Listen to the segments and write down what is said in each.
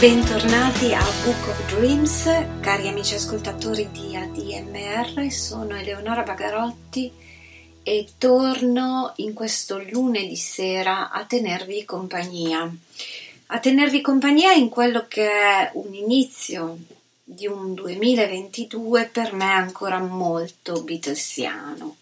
Bentornati a Book of Dreams, cari amici ascoltatori di ADMR, sono Eleonora Bagarotti e torno in questo lunedì sera a tenervi compagnia in quello che è un inizio di un 2022 per me ancora molto beatlesiano.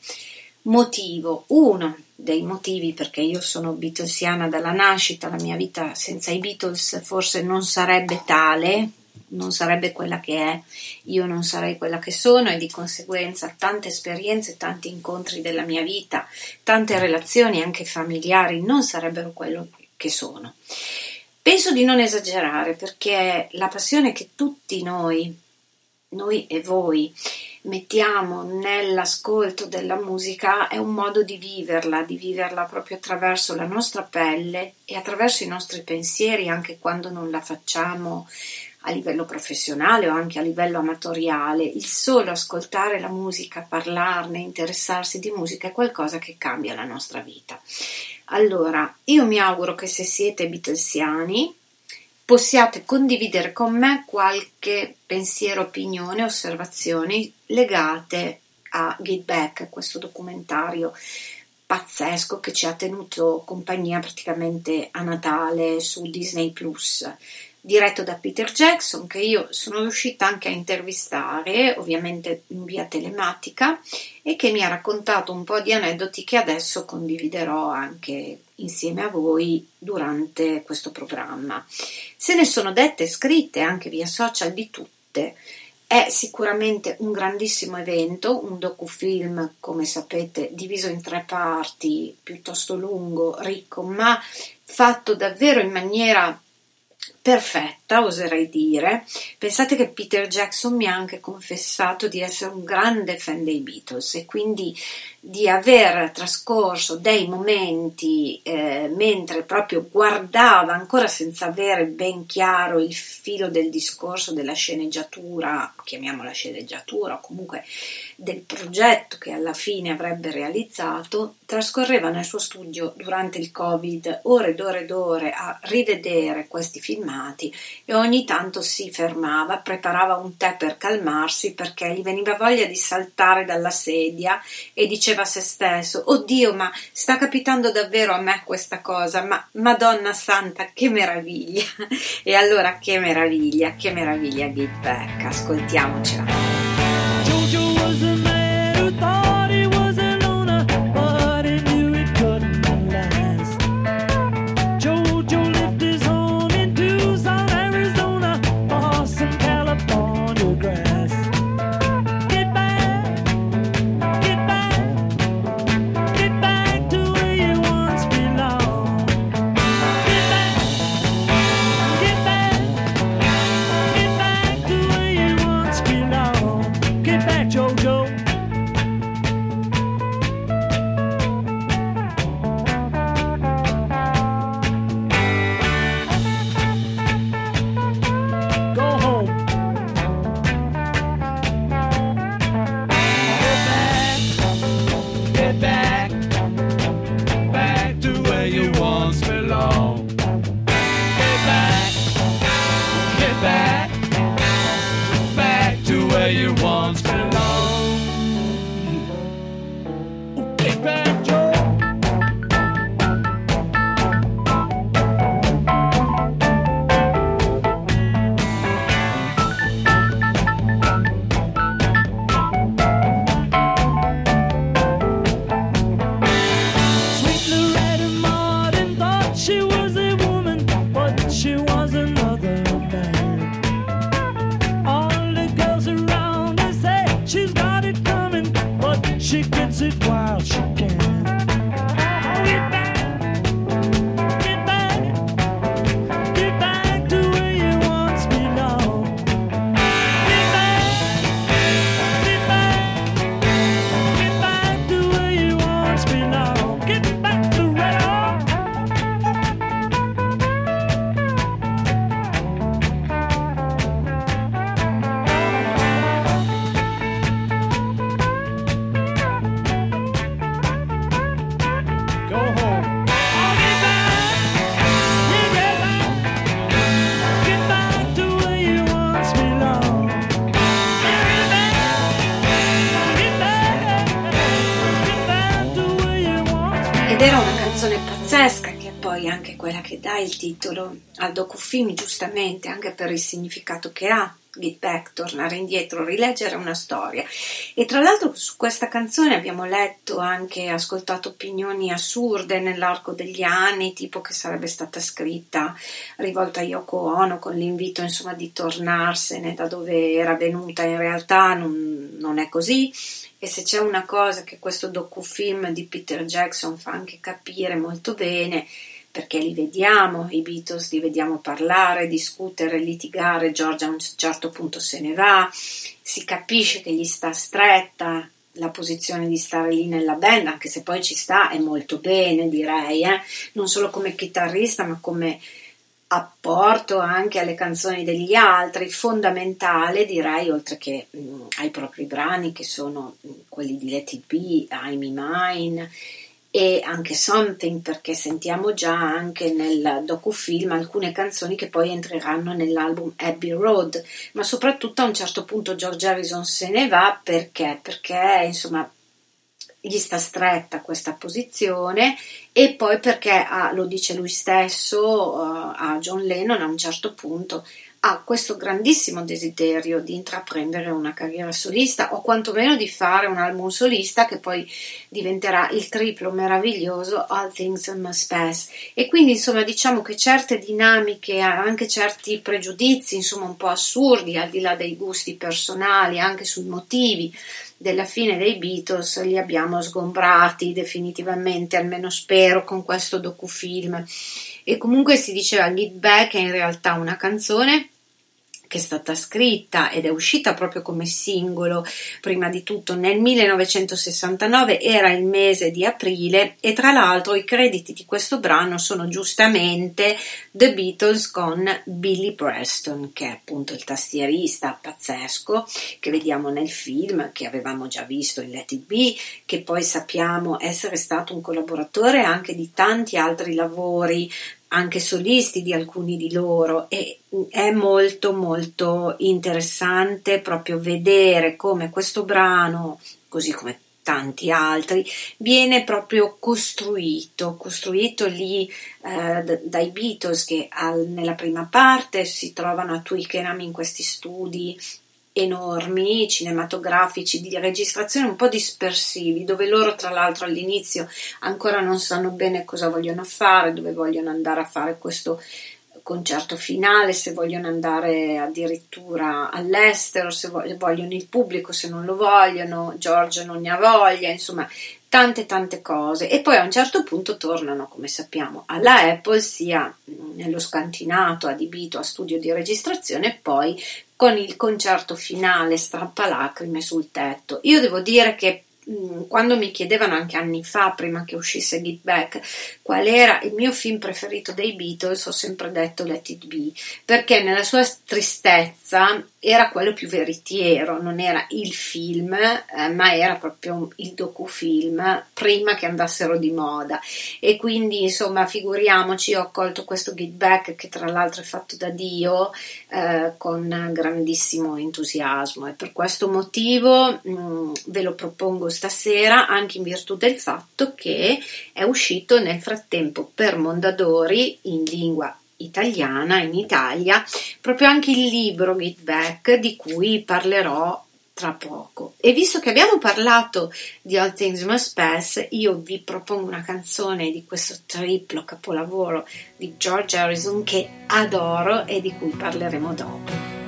Uno dei motivi perché io sono beatlesiana dalla nascita, la mia vita senza i Beatles forse non sarebbe tale, non sarebbe quella che è, io non sarei quella che sono e di conseguenza tante esperienze, tanti incontri della mia vita, tante relazioni anche familiari non sarebbero quello che sono. Penso di non esagerare perché la passione che tutti noi e voi mettiamo nell'ascolto della musica è un modo di viverla proprio attraverso la nostra pelle e attraverso i nostri pensieri, anche quando non la facciamo a livello professionale o anche a livello amatoriale. Il solo ascoltare la musica, parlarne, interessarsi di musica è qualcosa che cambia la nostra vita. Allora, io mi auguro che se siete beatlesiani possiate condividere con me qualche pensiero, opinione, osservazioni legate a Get Back, questo documentario pazzesco che ci ha tenuto compagnia praticamente a Natale su Disney Plus, diretto da Peter Jackson, che io sono riuscita anche a intervistare, ovviamente in via telematica, e che mi ha raccontato un po' di aneddoti che adesso condividerò anche insieme a voi durante questo programma. Se ne sono dette e scritte anche via social di tutte. È sicuramente un grandissimo evento, un docufilm, come sapete, diviso in 3 parti, piuttosto lungo, ricco, ma fatto davvero in maniera perfetta, oserei dire. Pensate che Peter Jackson mi ha anche confessato di essere un grande fan dei Beatles e quindi di aver trascorso dei momenti mentre proprio guardava, ancora senza avere ben chiaro il filo del discorso della sceneggiatura, chiamiamola sceneggiatura, o comunque del progetto che alla fine avrebbe realizzato, trascorreva nel suo studio durante il Covid ore ed ore ed ore a rivedere questi filmati e ogni tanto si fermava, preparava un tè per calmarsi perché gli veniva voglia di saltare dalla sedia e diceva a se stesso: oddio, ma sta capitando davvero a me questa cosa, ma Madonna Santa, che meraviglia! E allora che meraviglia Get Back, ascoltiamocela. Was a man who thought he was a loner, but he knew it couldn't last. Jojo lived his home in Tucson, Arizona, for some California grass. Get back, get back, get back to where you once belonged. Get back, get back, get back to where you once belonged. Get back, Jojo. Go home. Get back, back to where you once belonged. Get back, back to where you once belonged. Get back, Joe. Sweet Loretta Martin thought she was a woman, but she was another man. All the girls around her say she's got it coming, but she gets it while she can. Get back, get back, get back to where you once belonged. Get back, get back, get back to where you once belonged. Get back to where era una canzone pazzesca, che è poi anche quella che dà il titolo al docufilm, giustamente, anche per il significato che ha. Get Back, tornare indietro, rileggere una storia. E tra l'altro su questa canzone abbiamo letto anche, ascoltato opinioni assurde nell'arco degli anni, tipo che sarebbe stata scritta rivolta a Yoko Ono con l'invito insomma di tornarsene da dove era venuta. In realtà non è così, e se c'è una cosa che questo docufilm di Peter Jackson fa anche capire molto bene, perché li vediamo, i Beatles li vediamo parlare, discutere, litigare, George a un certo punto se ne va, si capisce che gli sta stretta la posizione di stare lì nella band, anche se poi ci sta, è molto bene direi, non solo come chitarrista ma come apporto anche alle canzoni degli altri, fondamentale direi, oltre che ai propri brani che sono quelli di Let It Be, I'm Mine, e anche Something, perché sentiamo già anche nel docufilm alcune canzoni che poi entreranno nell'album Abbey Road, ma soprattutto a un certo punto George Harrison se ne va perché insomma gli sta stretta questa posizione, e poi perché lo dice lui stesso, a John Lennon a un certo punto ha questo grandissimo desiderio di intraprendere una carriera solista, o quantomeno di fare un album solista che poi diventerà il triplo meraviglioso All Things Must Pass. E quindi insomma diciamo che certe dinamiche, anche certi pregiudizi insomma un po' assurdi, al di là dei gusti personali, anche sui motivi della fine dei Beatles, li abbiamo sgombrati definitivamente, almeno spero, con questo docufilm. E comunque si diceva Get Back è in realtà una canzone che è stata scritta ed è uscita proprio come singolo prima di tutto nel 1969, era il mese di aprile, e tra l'altro i crediti di questo brano sono giustamente The Beatles con Billy Preston, che è appunto il tastierista pazzesco che vediamo nel film, che avevamo già visto in Let It Be, che poi sappiamo essere stato un collaboratore anche di tanti altri lavori anche solisti di alcuni di loro, e è molto molto interessante proprio vedere come questo brano, così come tanti altri, viene proprio costruito lì dai Beatles, che nella prima parte si trovano a Twickenham in questi studi enormi cinematografici di registrazione un po' dispersivi, dove loro tra l'altro all'inizio ancora non sanno bene cosa vogliono fare, dove vogliono andare a fare questo concerto finale, se vogliono andare addirittura all'estero, se vogliono il pubblico, se non lo vogliono, George non ne ha voglia, insomma tante cose. E poi a un certo punto tornano, come sappiamo, alla Apple, sia nello scantinato adibito a studio di registrazione, e poi con il concerto finale strappalacrime sul tetto. Io devo dire che quando mi chiedevano anche anni fa, prima che uscisse Get Back, qual era il mio film preferito dei Beatles, ho sempre detto Let It Be, perché nella sua tristezza era quello più veritiero, non era il film, ma era proprio il docufilm prima che andassero di moda. E quindi insomma figuriamoci, ho colto questo Get Back, che tra l'altro è fatto da Dio, con grandissimo entusiasmo, e per questo motivo ve lo propongo stasera, anche in virtù del fatto che è uscito nel frattempo per Mondadori in lingua italiana in Italia proprio anche il libro Get Back, di cui parlerò tra poco. E visto che abbiamo parlato di All Things Must Pass, io vi propongo una canzone di questo triplo capolavoro di George Harrison che adoro e di cui parleremo dopo.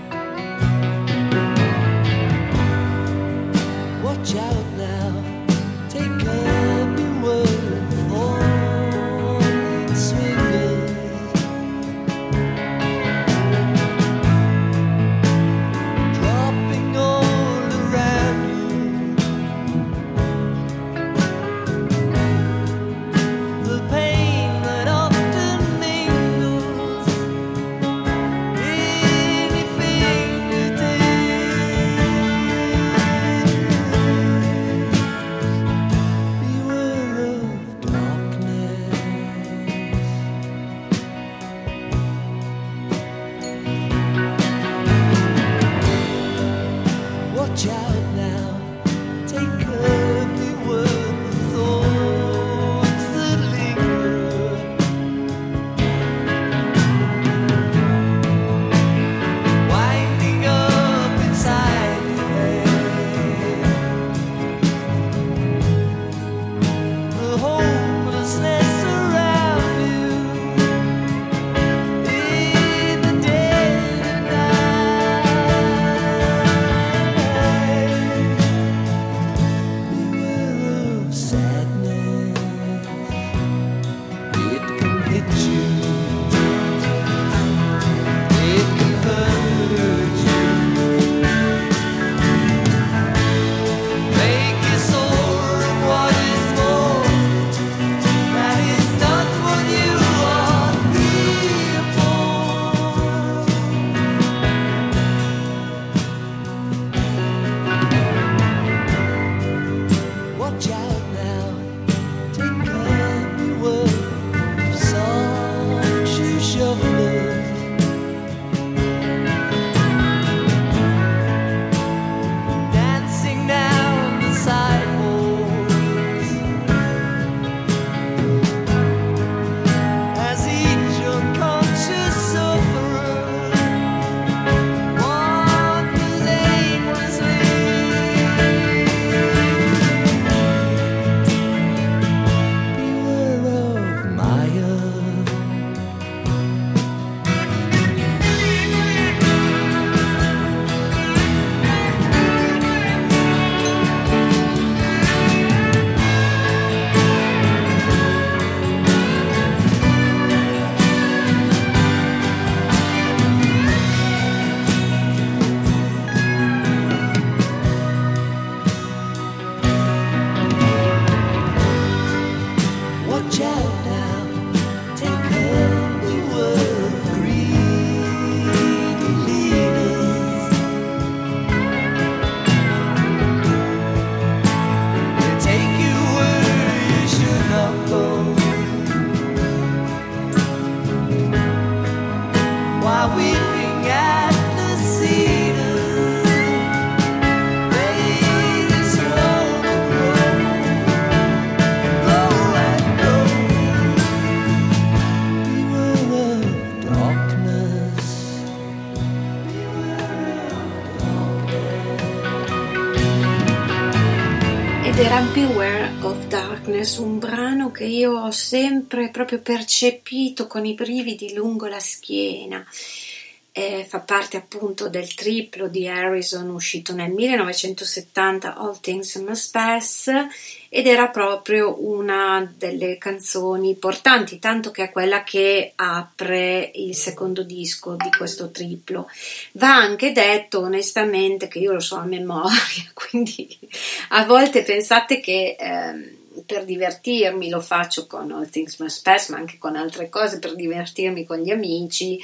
Watch out now, take up your word for swingers. Dropping all around you. The pain that often mingles in ed era Beware of Darkness, un brano che io ho sempre proprio percepito con i brividi lungo la schiena. Fa parte appunto del triplo di Harrison uscito nel 1970, All Things Must Pass, ed era proprio una delle canzoni portanti, tanto che è quella che apre il secondo disco di questo triplo. Va anche detto onestamente che io lo so a memoria, quindi a volte pensate che per divertirmi lo faccio con All Things Must Pass, ma anche con altre cose per divertirmi con gli amici,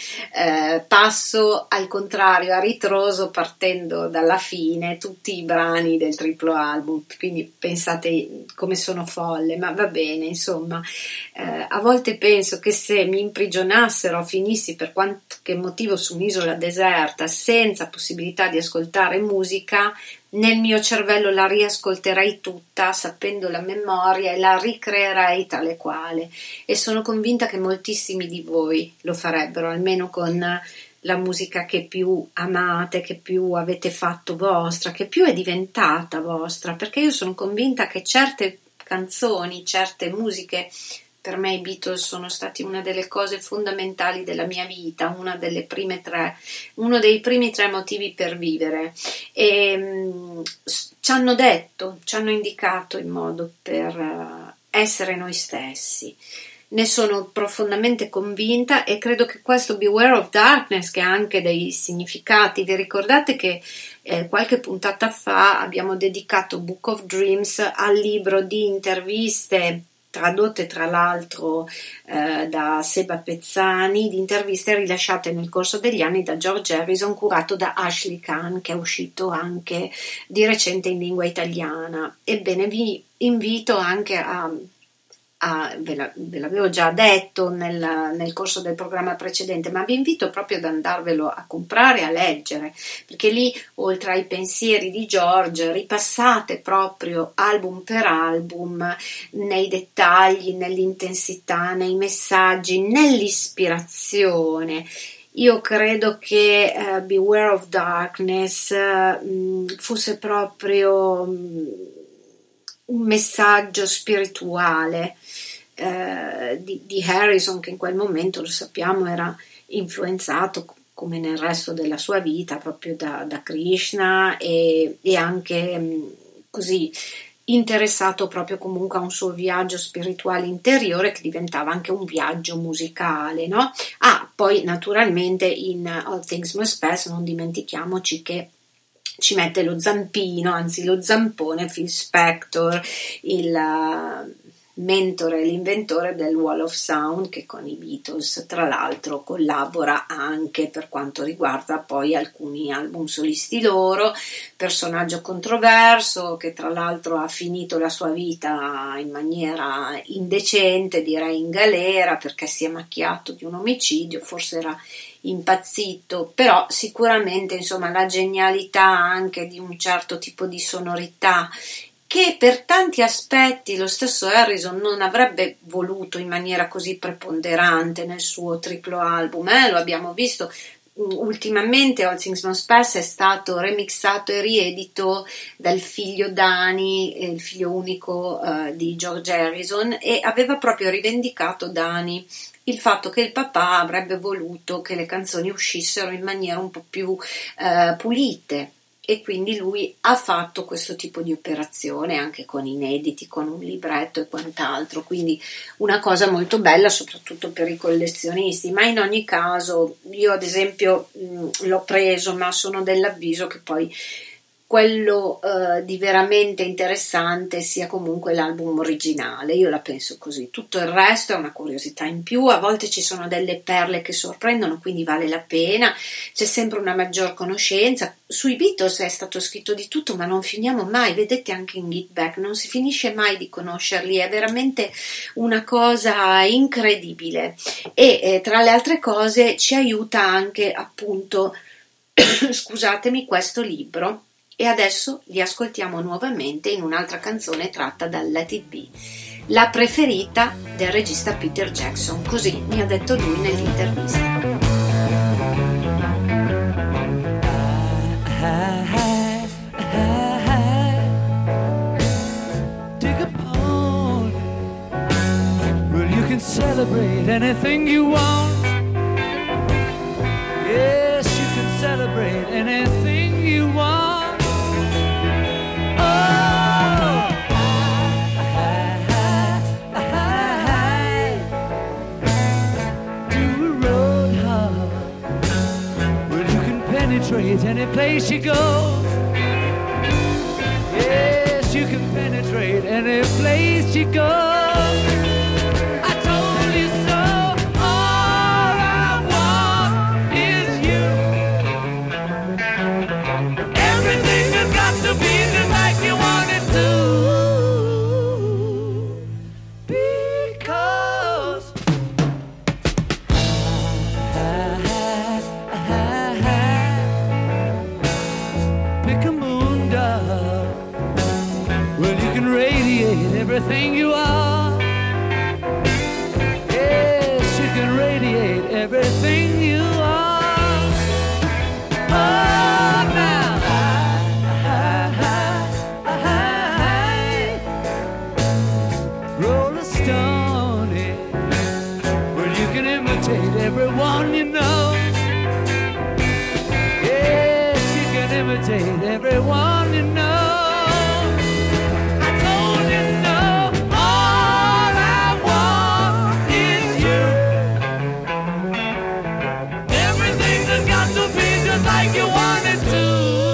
passo al contrario a ritroso partendo dalla fine tutti i brani del triplo album, quindi pensate come sono folle, ma va bene, insomma. A volte penso che se mi imprigionassero, finissi per qualche motivo su un'isola deserta senza possibilità di ascoltare musica, nel mio cervello la riascolterei tutta sapendo la memoria e la ricreerei tale quale, e sono convinta che moltissimi di voi lo farebbero, almeno con la musica che più amate, che più avete fatto vostra, che più è diventata vostra, perché io sono convinta che certe canzoni, certe musiche, per me i Beatles sono stati una delle cose fondamentali della mia vita, uno dei primi tre motivi per vivere, e ci hanno detto, ci hanno indicato il modo per essere noi stessi. Ne sono profondamente convinta e credo che questo Beware of Darkness, che ha anche dei significati, vi ricordate che qualche puntata fa abbiamo dedicato Book of Dreams al libro di interviste tradotte tra l'altro da Seba Pezzani, di interviste rilasciate nel corso degli anni da George Harrison, curato da Ashley Kahn, che è uscito anche di recente in lingua italiana. Ebbene, vi invito anche ve l'avevo già detto nel corso del programma precedente, ma vi invito proprio ad andarvelo a comprare, a leggere, perché lì, oltre ai pensieri di George, ripassate proprio album per album, nei dettagli, nell'intensità, nei messaggi, nell'ispirazione. Io credo che Beware of Darkness fosse proprio un messaggio spirituale di Harrison, che in quel momento, lo sappiamo, era influenzato, come nel resto della sua vita, proprio da Krishna, e anche così interessato proprio comunque a un suo viaggio spirituale interiore che diventava anche un viaggio musicale, no? Poi naturalmente in All Things Must Pass non dimentichiamoci che ci mette lo zampino, anzi lo zampone, Phil Spector, il mentore e l'inventore del Wall of Sound, che con i Beatles tra l'altro collabora anche per quanto riguarda poi alcuni album solisti loro, personaggio controverso che tra l'altro ha finito la sua vita in maniera indecente, direi in galera, perché si è macchiato di un omicidio, forse era impazzito, però sicuramente insomma la genialità anche di un certo tipo di sonorità che per tanti aspetti lo stesso Harrison non avrebbe voluto in maniera così preponderante nel suo triplo album, lo abbiamo visto. Ultimamente All Things Must Pass è stato remixato e riedito dal figlio Dani, il figlio unico di George Harrison, e aveva proprio rivendicato Dani il fatto che il papà avrebbe voluto che le canzoni uscissero in maniera un po' più pulite, e quindi lui ha fatto questo tipo di operazione anche con inediti, con un libretto e quant'altro, quindi una cosa molto bella soprattutto per i collezionisti. Ma in ogni caso io ad esempio l'ho preso, ma sono dell'avviso che poi quello di veramente interessante sia comunque l'album originale. Io la penso così, tutto il resto è una curiosità in più, a volte ci sono delle perle che sorprendono, quindi vale la pena, c'è sempre una maggior conoscenza. Sui Beatles è stato scritto di tutto, ma non finiamo mai, vedete anche in Get Back non si finisce mai di conoscerli, è veramente una cosa incredibile, e tra le altre cose ci aiuta anche appunto scusatemi, questo libro. E adesso li ascoltiamo nuovamente in un'altra canzone tratta da Let It Be, la preferita del regista Peter Jackson, così mi ha detto lui nell'intervista. celebrate anything you want. Yes, you can celebrate anything you want. Oh, to a road hard where you can penetrate any place you go. Yes, you can penetrate any place you go. I told you so. All I want is you. Everything has got to be just like you want it to. Because pick a moon dove. Well, you can radiate everything you are. Yes, you can radiate everything you are. Oh, now. Roll a stone in. Well, you can imitate everyone you know. Yes, you can imitate everyone you know. Like you wanted to.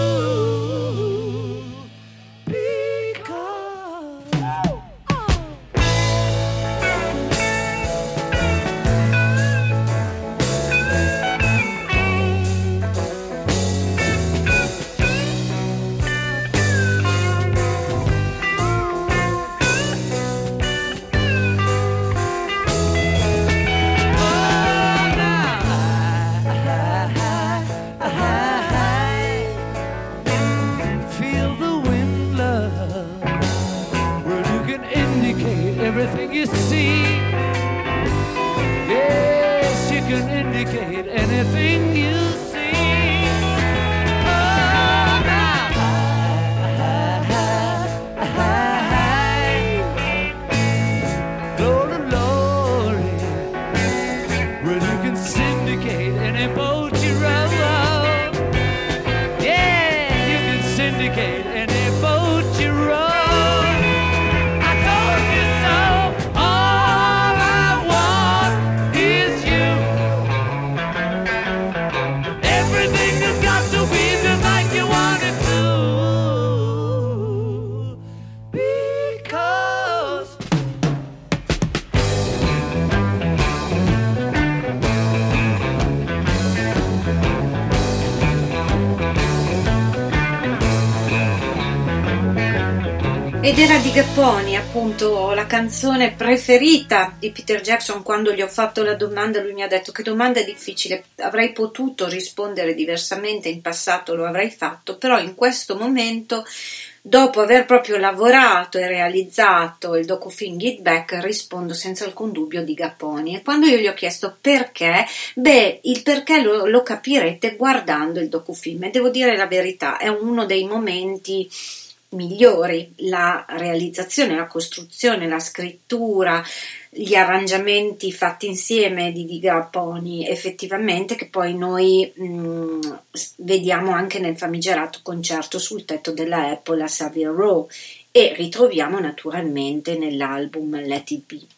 Everything you see, yes, you can indicate anything you see. Oh, now. Glory, glory. Well, you can syndicate any boat you row. Yeah, you can syndicate any boat you row. Ed era di Gapponi, appunto, la canzone preferita di Peter Jackson. Quando gli ho fatto la domanda, lui mi ha detto: che domanda difficile, avrei potuto rispondere diversamente, in passato lo avrei fatto, però in questo momento, dopo aver proprio lavorato e realizzato il docufilm Get Back, rispondo senza alcun dubbio di Gapponi. E quando io gli ho chiesto perché, il perché lo capirete guardando il docufilm, e devo dire la verità, è uno dei momenti migliori, la realizzazione, la costruzione, la scrittura, gli arrangiamenti fatti insieme di Gapponi, effettivamente, che poi noi vediamo anche nel famigerato concerto sul tetto della Apple a Savile Row, e ritroviamo naturalmente nell'album Let It Be.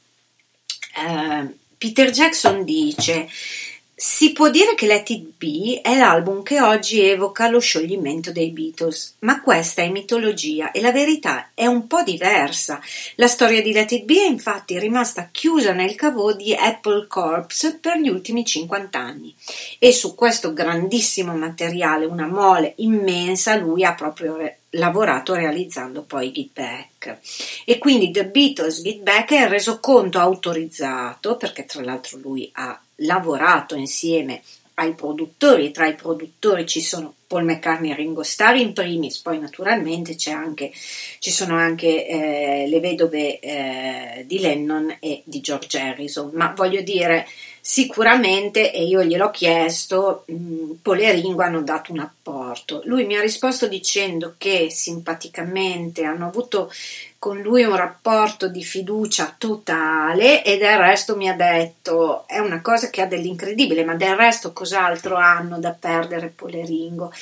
Peter Jackson dice: si può dire che Let It Be è l'album che oggi evoca lo scioglimento dei Beatles, ma questa è mitologia e la verità è un po' diversa. La storia di Let It Be è infatti rimasta chiusa nel caveau di Apple Corps per gli ultimi 50 anni, e su questo grandissimo materiale, una mole immensa, lui ha proprio lavorato realizzando poi Get Back. E quindi The Beatles Get Back è il resoconto autorizzato, perché tra l'altro lui ha lavorato insieme ai produttori, e tra i produttori ci sono Paul McCartney e Ringo Starr in primis, poi naturalmente ci sono anche le vedove di Lennon e di George Harrison, ma voglio dire, sicuramente, e io gliel'ho chiesto, Paul e Ringo hanno dato un apporto. Lui mi ha risposto dicendo che simpaticamente hanno avuto con lui un rapporto di fiducia totale, e del resto mi ha detto, è una cosa che ha dell'incredibile, ma del resto cos'altro hanno da perdere Paul e Ringo?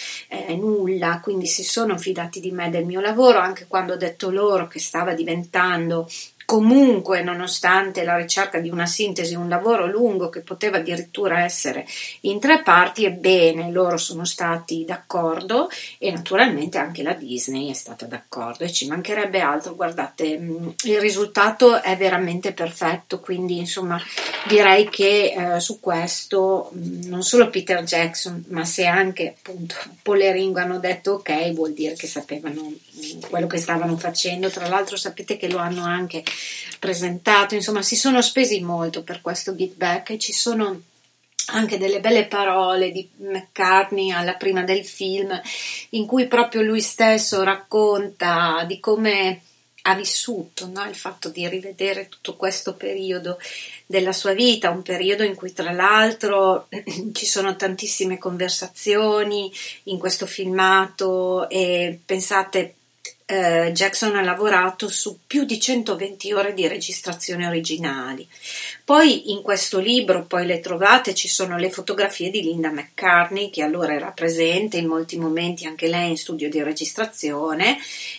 Nulla, quindi si sono fidati di me, del mio lavoro, anche quando ho detto loro che stava diventando comunque, nonostante la ricerca di una sintesi, un lavoro lungo che poteva addirittura essere in 3 parti, ebbene loro sono stati d'accordo, e naturalmente anche la Disney è stata d'accordo, e ci mancherebbe altro. Guardate, il risultato è veramente perfetto, quindi insomma direi che su questo non solo Peter Jackson, ma se anche appunto Paul e Ringo hanno detto ok, vuol dire che sapevano quello che stavano facendo. Tra l'altro sapete che lo hanno anche presentato, insomma si sono spesi molto per questo Get Back, e ci sono anche delle belle parole di McCartney alla prima del film, in cui proprio lui stesso racconta di come ha vissuto, no? Il fatto di rivedere tutto questo periodo della sua vita, un periodo in cui tra l'altro ci sono tantissime conversazioni in questo filmato, e pensate, Jackson ha lavorato su più di 120 ore di registrazioni originali. Poi in questo libro, poi le trovate, ci sono le fotografie di Linda McCartney, che allora era presente in molti momenti anche lei in studio di registrazione,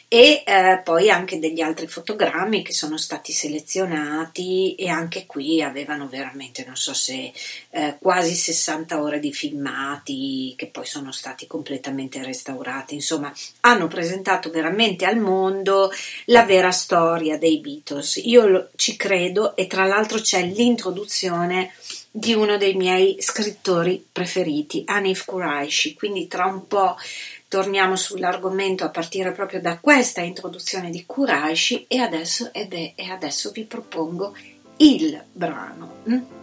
e poi anche degli altri fotogrammi che sono stati selezionati, e anche qui avevano veramente, non so se quasi 60 ore di filmati che poi sono stati completamente restaurati. Insomma, hanno presentato veramente al mondo la vera storia dei Beatles. Io ci credo, e tra l'altro c'è l'introduzione di uno dei miei scrittori preferiti, Hanif Kureishi, quindi tra un po' torniamo sull'argomento a partire proprio da questa introduzione di Kureishi, e adesso vi propongo il brano,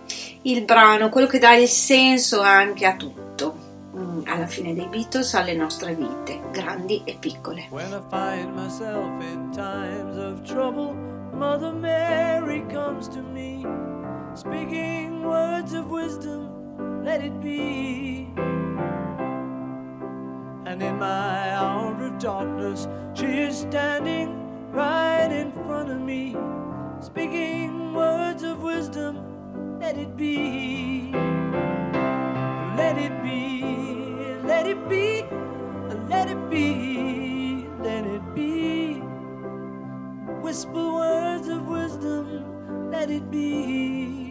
quello che dà il senso anche a tutto, alla fine dei Beatles, alle nostre vite, grandi e piccole. When I find myself in times of trouble, Mother Mary comes to me, speaking words of wisdom, let it be. And in my hour of darkness, she is standing right in front of me, speaking words of wisdom, let it be. Let it be, let it be, let it be, let it be. Whisper words of wisdom, let it be.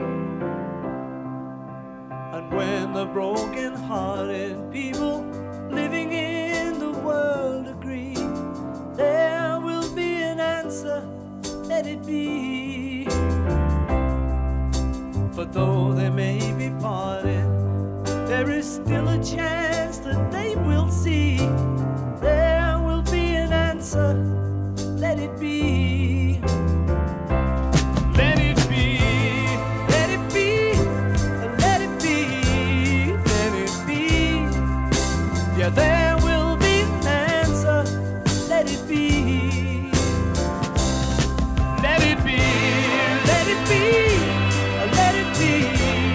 And when the broken-hearted people living in the world agree, there will be an answer, let it be. For though they may be parted, there is still a chance that they will see. There will be an answer, let it be. Let it be, let it be, let it be, let it be. Yeah, there will be an answer, let it be. Let it be, let it be, let it be.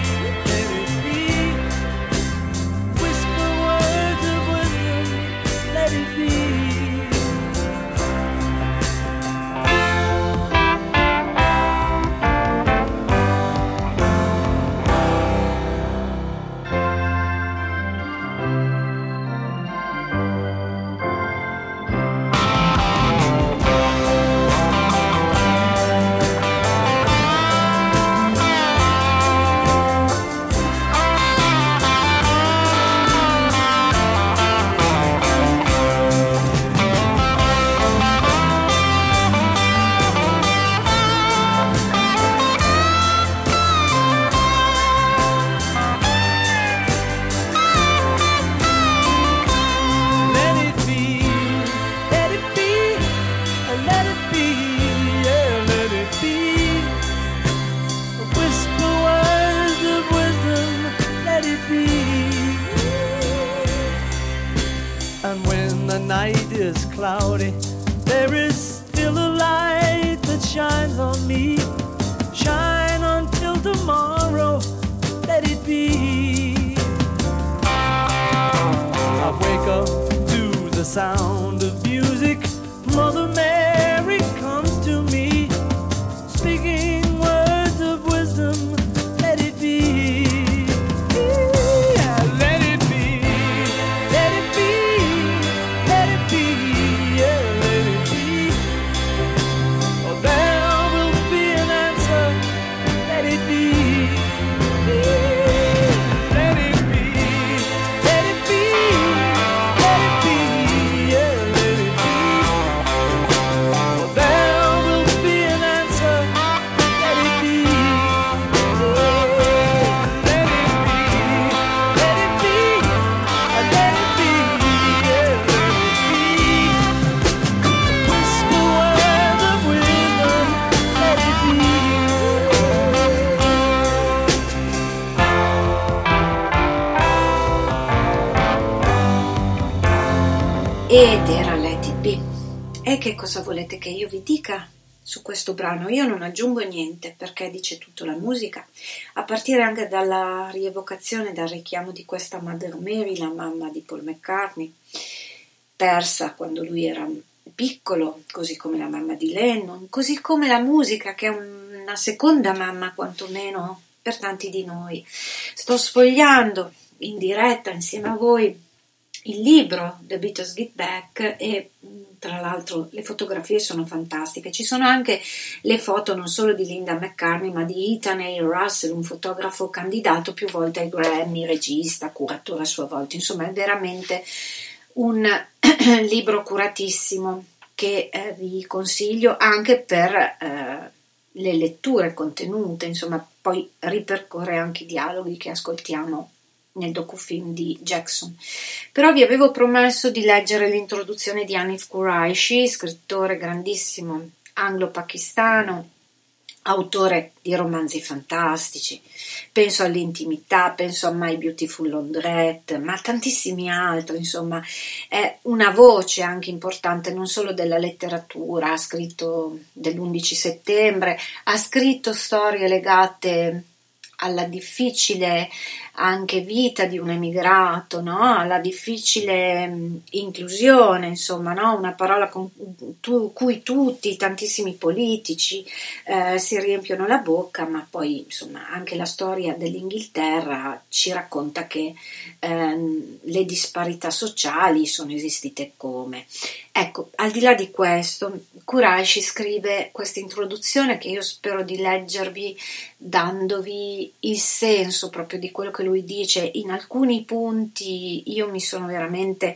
Cloudy, there is still a light that shines on me. Shine until tomorrow, let it be. I wake up to the sound of music. Mother Mary comes to me, speaking words of wisdom. Let it be. Yeah, let it be. Let it be. Let it be. Yeah, let it be. Oh, there will be an answer. Let it be. Let it be. Let it be. Let it be. Yeah, let it be. Oh, there will be an answer. Let it be. Let it be. Let it be. Let it be. Yeah, let it be. Whisper words of wisdom. Let it be. Ed era Let It Be. E che cosa volete che io vi dica su questo brano? Io non aggiungo niente, perché dice tutto la musica, a partire anche dalla rievocazione, dal richiamo di questa Mother Mary, la mamma di Paul McCartney, persa quando lui era piccolo, così come la mamma di Lennon, così come la musica, che è una seconda mamma quantomeno per tanti di noi. Sto sfogliando in diretta insieme a voi il libro The Beatles Get Back e tra l'altro le fotografie sono fantastiche. Ci sono anche le foto non solo di Linda McCartney ma di Ethan A. Russell, un fotografo candidato più volte ai Grammy, regista, curatore a sua volta. Insomma, è veramente un libro curatissimo che vi consiglio anche per le letture contenute. Insomma, poi ripercorre anche i dialoghi che ascoltiamo nel docufilm di Jackson. Però vi avevo promesso di leggere l'introduzione di Hanif Kureishi, scrittore grandissimo anglo-pakistano, autore di romanzi fantastici. Penso all'Intimità, penso a My Beautiful Laundrette, ma tantissimi altri. Insomma, è una voce anche importante non solo della letteratura. Ha scritto dell'11 settembre, ha scritto storie legate alla difficile anche vita di un emigrato, no? Alla difficile inclusione, insomma, no? Una parola con cui tutti, tantissimi politici si riempiono la bocca, ma poi insomma anche la storia dell'Inghilterra ci racconta che le disparità sociali sono esistite come. Ecco, al di là di questo, Kureishi scrive questa introduzione che io spero di leggervi dandovi il senso proprio di quello che lui dice. In alcuni punti io mi sono veramente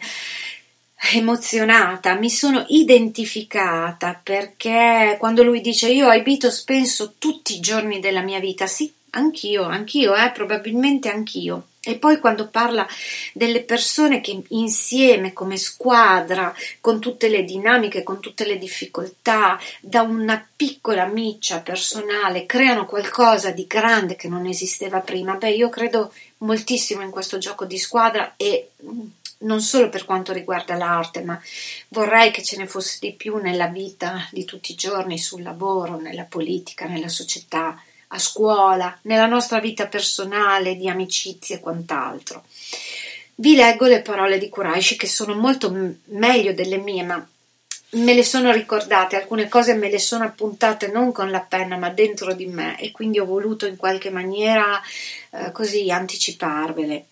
emozionata, mi sono identificata, perché quando lui dice io ai Beatles penso tutti i giorni della mia vita, sì, anch'io, probabilmente anch'io. E poi quando parla delle persone che insieme, come squadra, con tutte le dinamiche, con tutte le difficoltà, da una piccola miccia personale, creano qualcosa di grande che non esisteva prima. Beh, io credo moltissimo in questo gioco di squadra, e non solo per quanto riguarda l'arte, ma vorrei che ce ne fosse di più nella vita di tutti i giorni, sul lavoro, nella politica, nella società, a scuola, nella nostra vita personale, di amicizie e quant'altro. Vi leggo le parole di Kureishi, che sono molto meglio delle mie, ma me le sono ricordate, alcune cose me le sono appuntate non con la penna ma dentro di me, e quindi ho voluto in qualche maniera così anticiparvele.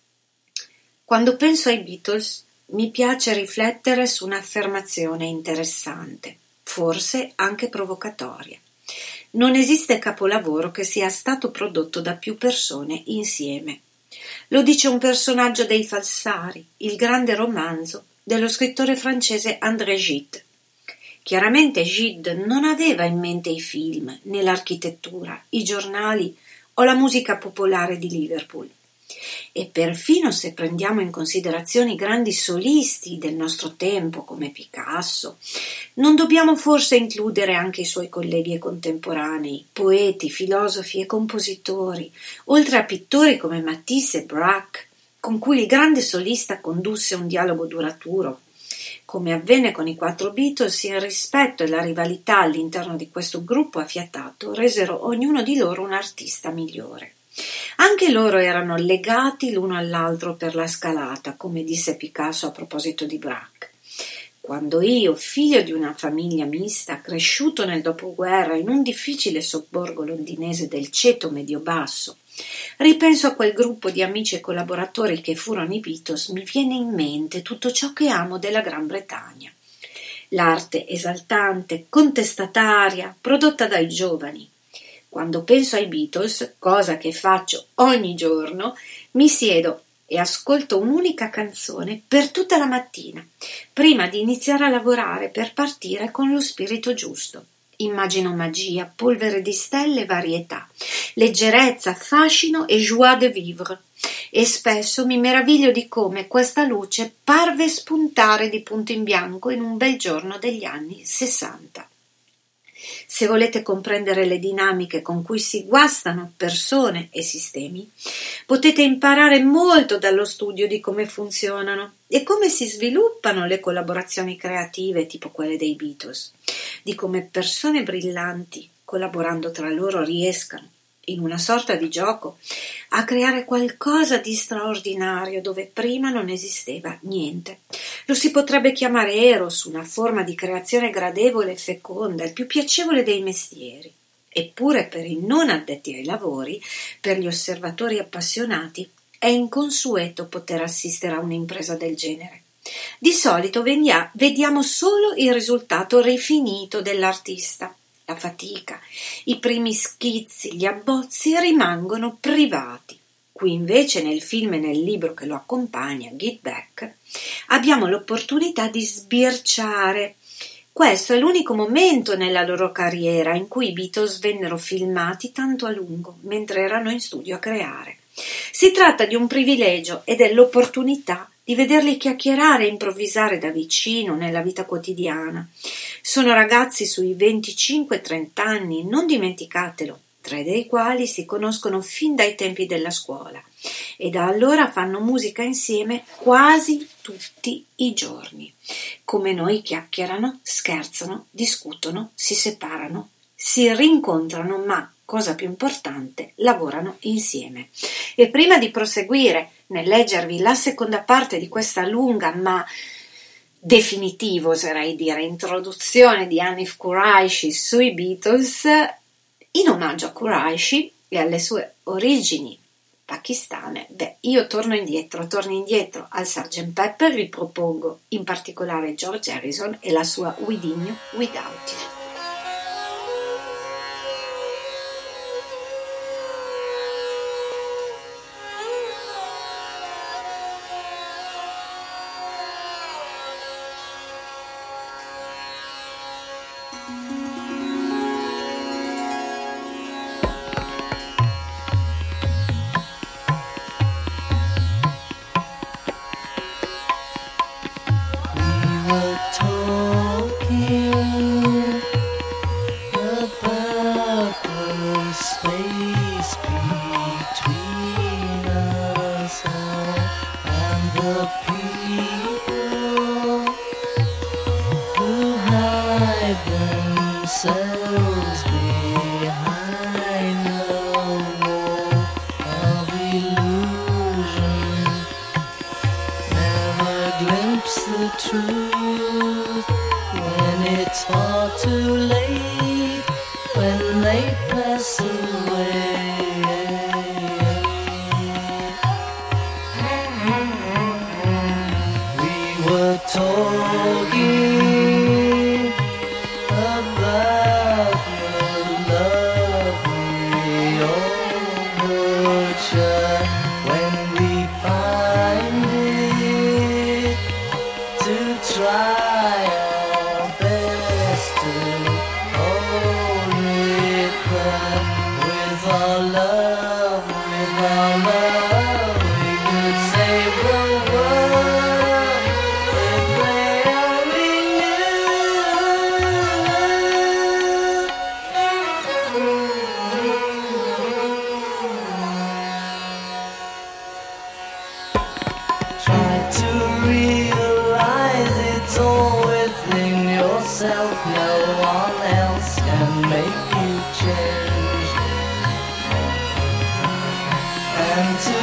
Quando penso ai Beatles mi piace riflettere su un'affermazione interessante, forse anche provocatoria. Non esiste capolavoro che sia stato prodotto da più persone insieme. Lo dice un personaggio dei Falsari, il grande romanzo dello scrittore francese André Gide. Chiaramente Gide non aveva in mente i film, né l'architettura, i giornali o la musica popolare di Liverpool. E perfino se prendiamo in considerazione i grandi solisti del nostro tempo come Picasso, non dobbiamo forse includere anche i suoi colleghi e contemporanei, poeti, filosofi e compositori, oltre a pittori come Matisse e Braque, con cui il grande solista condusse un dialogo duraturo. Come avvenne con i 4 Beatles, il rispetto e la rivalità all'interno di questo gruppo affiatato resero ognuno di loro un artista migliore. Anche loro erano legati l'uno all'altro per la scalata, come disse Picasso a proposito di Braque. Quando io, figlio di una famiglia mista, cresciuto nel dopoguerra in un difficile sobborgo londinese del ceto medio-basso, ripenso a quel gruppo di amici e collaboratori che furono i Beatles, mi viene in mente tutto ciò che amo della Gran Bretagna. L'arte esaltante, contestataria, prodotta dai giovani. Quando penso ai Beatles, cosa che faccio ogni giorno, mi siedo e ascolto un'unica canzone per tutta la mattina, prima di iniziare a lavorare per partire con lo spirito giusto. Immagino magia, polvere di stelle e varietà, leggerezza, fascino e joie de vivre. E spesso mi meraviglio di come questa luce parve spuntare di punto in bianco in un bel giorno degli anni 60. Se volete comprendere le dinamiche con cui si guastano persone e sistemi, potete imparare molto dallo studio di come funzionano e come si sviluppano le collaborazioni creative tipo quelle dei Beatles, di come persone brillanti, collaborando tra loro, riescano, in una sorta di gioco, a creare qualcosa di straordinario dove prima non esisteva niente. Lo si potrebbe chiamare Eros, una forma di creazione gradevole e feconda, il più piacevole dei mestieri. Eppure per i non addetti ai lavori, per gli osservatori appassionati, è inconsueto poter assistere a un'impresa del genere. Di solito vediamo solo il risultato rifinito dell'artista. La fatica, i primi schizzi, gli abbozzi rimangono privati. Qui invece nel film e nel libro che lo accompagna, Get Back, abbiamo l'opportunità di sbirciare. Questo è l'unico momento nella loro carriera in cui i Beatles vennero filmati tanto a lungo, mentre erano in studio a creare. Si tratta di un privilegio ed è l'opportunità di vederli chiacchierare e improvvisare da vicino nella vita quotidiana. Sono ragazzi sui 25-30 anni, non dimenticatelo, 3 dei quali si conoscono fin dai tempi della scuola e da allora fanno musica insieme quasi tutti i giorni. Come noi chiacchierano, scherzano, discutono, si separano, si rincontrano, ma, cosa più importante, lavorano insieme. E prima di proseguire nel leggervi la seconda parte di questa lunga ma definitivo, oserei dire, introduzione di Hanif Kureishi sui Beatles, in omaggio a Kureishi e alle sue origini pakistane, io torno indietro al Sgt. Pepper, vi propongo in particolare George Harrison e la sua Within You, Without You.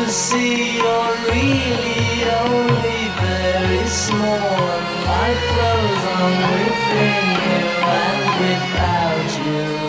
you see you're really only very small, and life flows on within you and without you.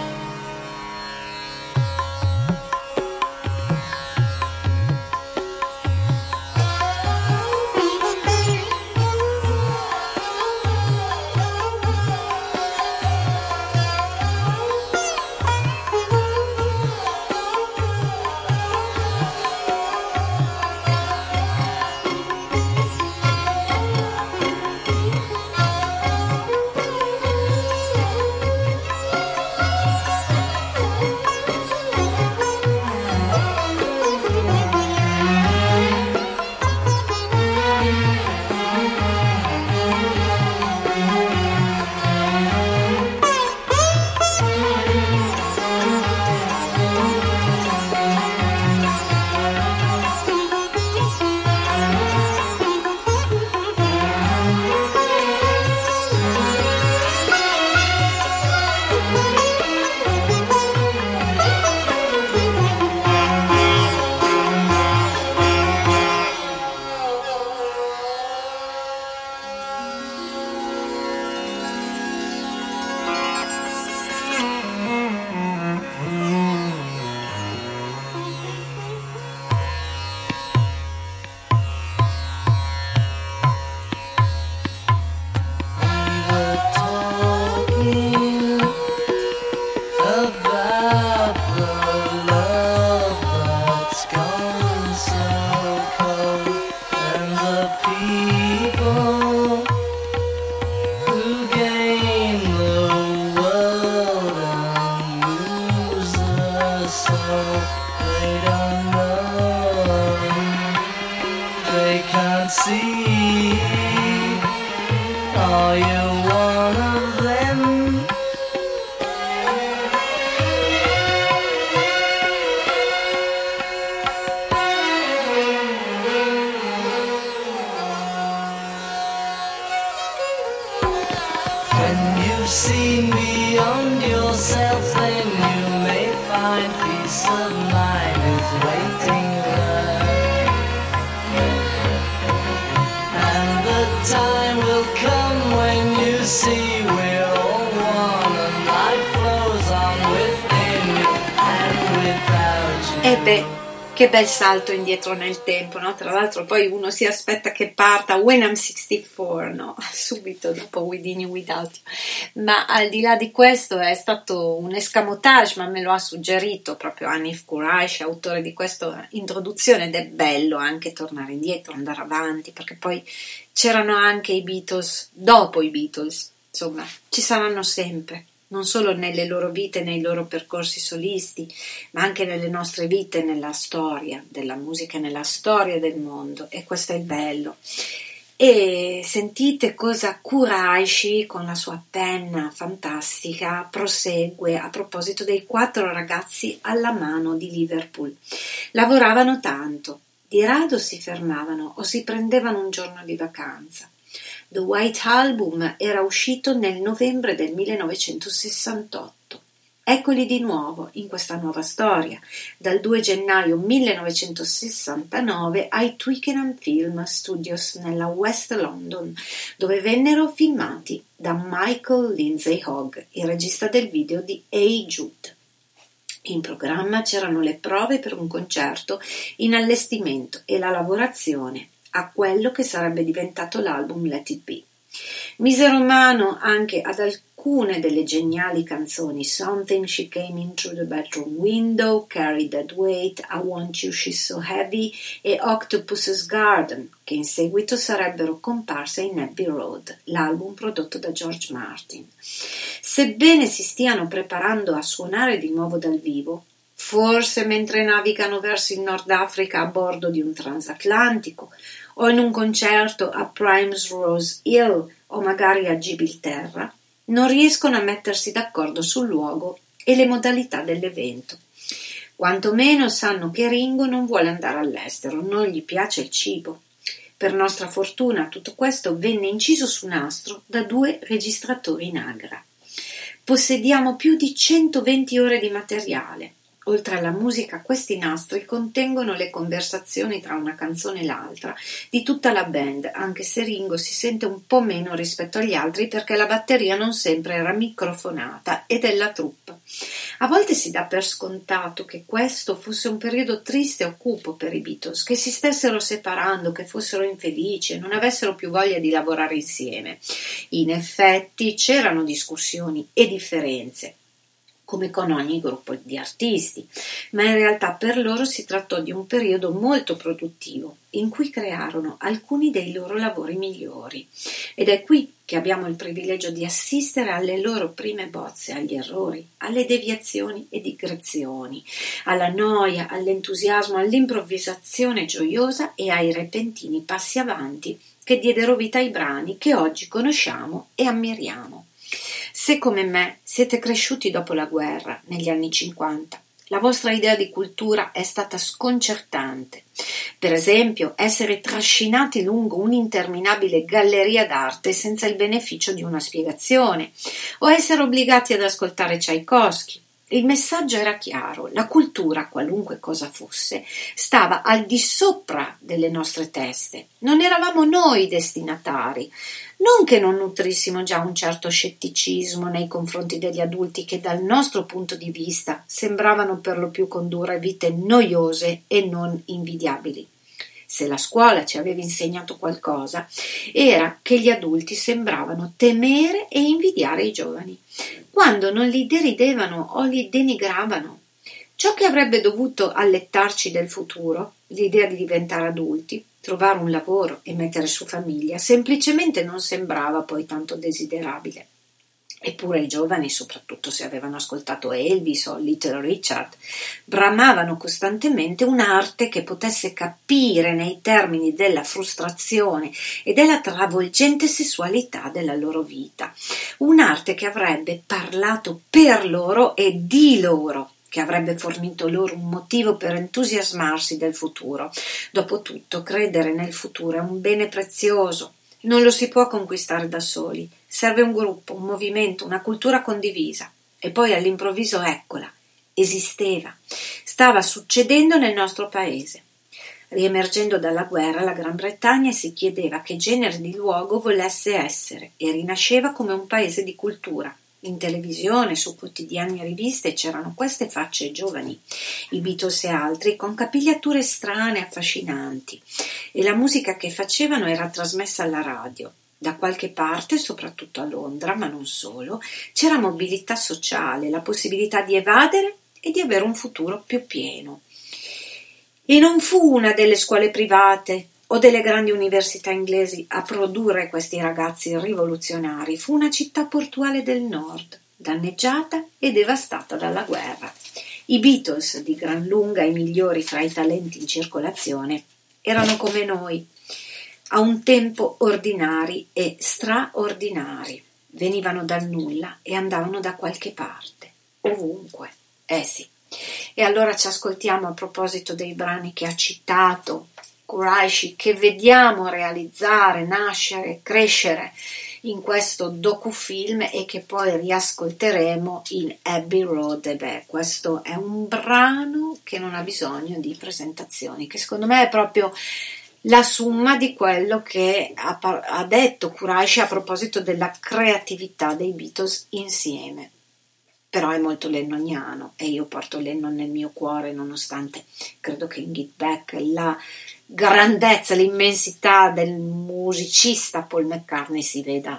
Che bel salto indietro nel tempo, no? Tra l'altro poi uno si aspetta che parta When I'm 64, no? Subito dopo Within You Without You. Ma al di là di questo è stato un escamotage, ma me lo ha suggerito proprio Hanif Kureishi, autore di questa introduzione, ed è bello anche tornare indietro, andare avanti, perché poi c'erano anche i Beatles dopo i Beatles, insomma, ci saranno sempre. Non solo nelle loro vite, nei loro percorsi solisti, ma anche nelle nostre vite, nella storia della musica, nella storia del mondo, e questo è il bello. E sentite cosa Kureishi, con la sua penna fantastica, prosegue a proposito dei 4 ragazzi alla mano di Liverpool. Lavoravano tanto, di rado si fermavano o si prendevano un giorno di vacanza. The White Album era uscito nel novembre del 1968. Eccoli di nuovo in questa nuova storia, dal 2 gennaio 1969 ai Twickenham Film Studios nella West London, dove vennero filmati da Michael Lindsay Hogg, il regista del video di Hey Jude. In programma c'erano le prove per un concerto in allestimento e la lavorazione a quello che sarebbe diventato l'album Let It Be. Misero mano anche ad alcune delle geniali canzoni Something She Came In Through the Bedroom Window, Carry That Weight, I Want You, She's So Heavy e Octopus's Garden, che in seguito sarebbero comparse in Abbey Road, l'album prodotto da George Martin. Sebbene si stiano preparando a suonare di nuovo dal vivo, forse mentre navigano verso il Nord Africa a bordo di un transatlantico, o in un concerto a Primrose Hill o magari a Gibilterra, non riescono a mettersi d'accordo sul luogo e le modalità dell'evento. Quantomeno sanno che Ringo non vuole andare all'estero, non gli piace il cibo. Per nostra fortuna tutto questo venne inciso su nastro da 2 registratori in Agra. Possediamo più di 120 ore di materiale. Oltre alla musica, questi nastri contengono le conversazioni tra una canzone e l'altra di tutta la band, anche se Ringo si sente un po' meno rispetto agli altri perché la batteria non sempre era microfonata ed è la troupe. A volte si dà per scontato che questo fosse un periodo triste e cupo per i Beatles, che si stessero separando, che fossero infelici e non avessero più voglia di lavorare insieme. In effetti c'erano discussioni e differenze, come con ogni gruppo di artisti, ma in realtà per loro si trattò di un periodo molto produttivo, in cui crearono alcuni dei loro lavori migliori. Ed è qui che abbiamo il privilegio di assistere alle loro prime bozze, agli errori, alle deviazioni e digressioni, alla noia, all'entusiasmo, all'improvvisazione gioiosa e ai repentini passi avanti che diedero vita ai brani che oggi conosciamo e ammiriamo. Se come me siete cresciuti dopo la guerra, negli anni 50, la vostra idea di cultura è stata sconcertante. Per esempio, essere trascinati lungo un'interminabile galleria d'arte senza il beneficio di una spiegazione, o essere obbligati ad ascoltare Tchaikovsky. Il messaggio era chiaro: la cultura, qualunque cosa fosse, stava al di sopra delle nostre teste. Non eravamo noi i destinatari. Non che non nutrissimo già un certo scetticismo nei confronti degli adulti che dal nostro punto di vista sembravano per lo più condurre vite noiose e non invidiabili. Se la scuola ci aveva insegnato qualcosa, era che gli adulti sembravano temere e invidiare i giovani, quando non li deridevano o li denigravano. Ciò che avrebbe dovuto allettarci del futuro, l'idea di diventare adulti, trovare un lavoro e mettere su famiglia, semplicemente non sembrava poi tanto desiderabile. Eppure i giovani, soprattutto se avevano ascoltato Elvis o Little Richard, bramavano costantemente un'arte che potesse capire nei termini della frustrazione e della travolgente sessualità della loro vita. Un'arte che avrebbe parlato per loro e di loro, che avrebbe fornito loro un motivo per entusiasmarsi del futuro. Dopotutto, credere nel futuro è un bene prezioso. Non lo si può conquistare da soli. Serve un gruppo, un movimento, una cultura condivisa. E poi all'improvviso eccola. Esisteva. Stava succedendo nel nostro paese. Riemergendo dalla guerra, la Gran Bretagna si chiedeva che genere di luogo volesse essere e rinasceva come un paese di cultura. In televisione, su quotidiani e riviste c'erano queste facce giovani, i Beatles e altri, con capigliature strane e affascinanti, e la musica che facevano era trasmessa alla radio. Da qualche parte, soprattutto a Londra, ma non solo, c'era mobilità sociale, la possibilità di evadere e di avere un futuro più pieno. E non fu una delle scuole private o delle grandi università inglesi a produrre questi ragazzi rivoluzionari, fu una città portuale del nord, danneggiata e devastata dalla guerra. I Beatles, di gran lunga i migliori fra i talenti in circolazione, erano come noi, a un tempo ordinari e straordinari. Venivano dal nulla e andavano da qualche parte, ovunque. Sì. E allora ci ascoltiamo, a proposito dei brani che ha citato Quraishi, che vediamo realizzare, nascere, crescere in questo docufilm e che poi riascolteremo in Abbey Road. E beh, questo è un brano che non ha bisogno di presentazioni, che secondo me è proprio la summa di quello che ha detto Quraishi a proposito della creatività dei Beatles insieme. Però è molto lennoniano e io porto Lennon nel mio cuore, nonostante credo che in Get Back la grandezza, l'immensità del musicista Paul McCartney si veda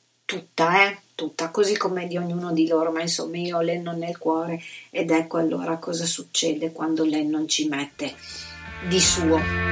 tutta, così come di ognuno di loro, ma insomma io ho Lennon nel cuore ed ecco allora cosa succede quando Lennon ci mette di suo.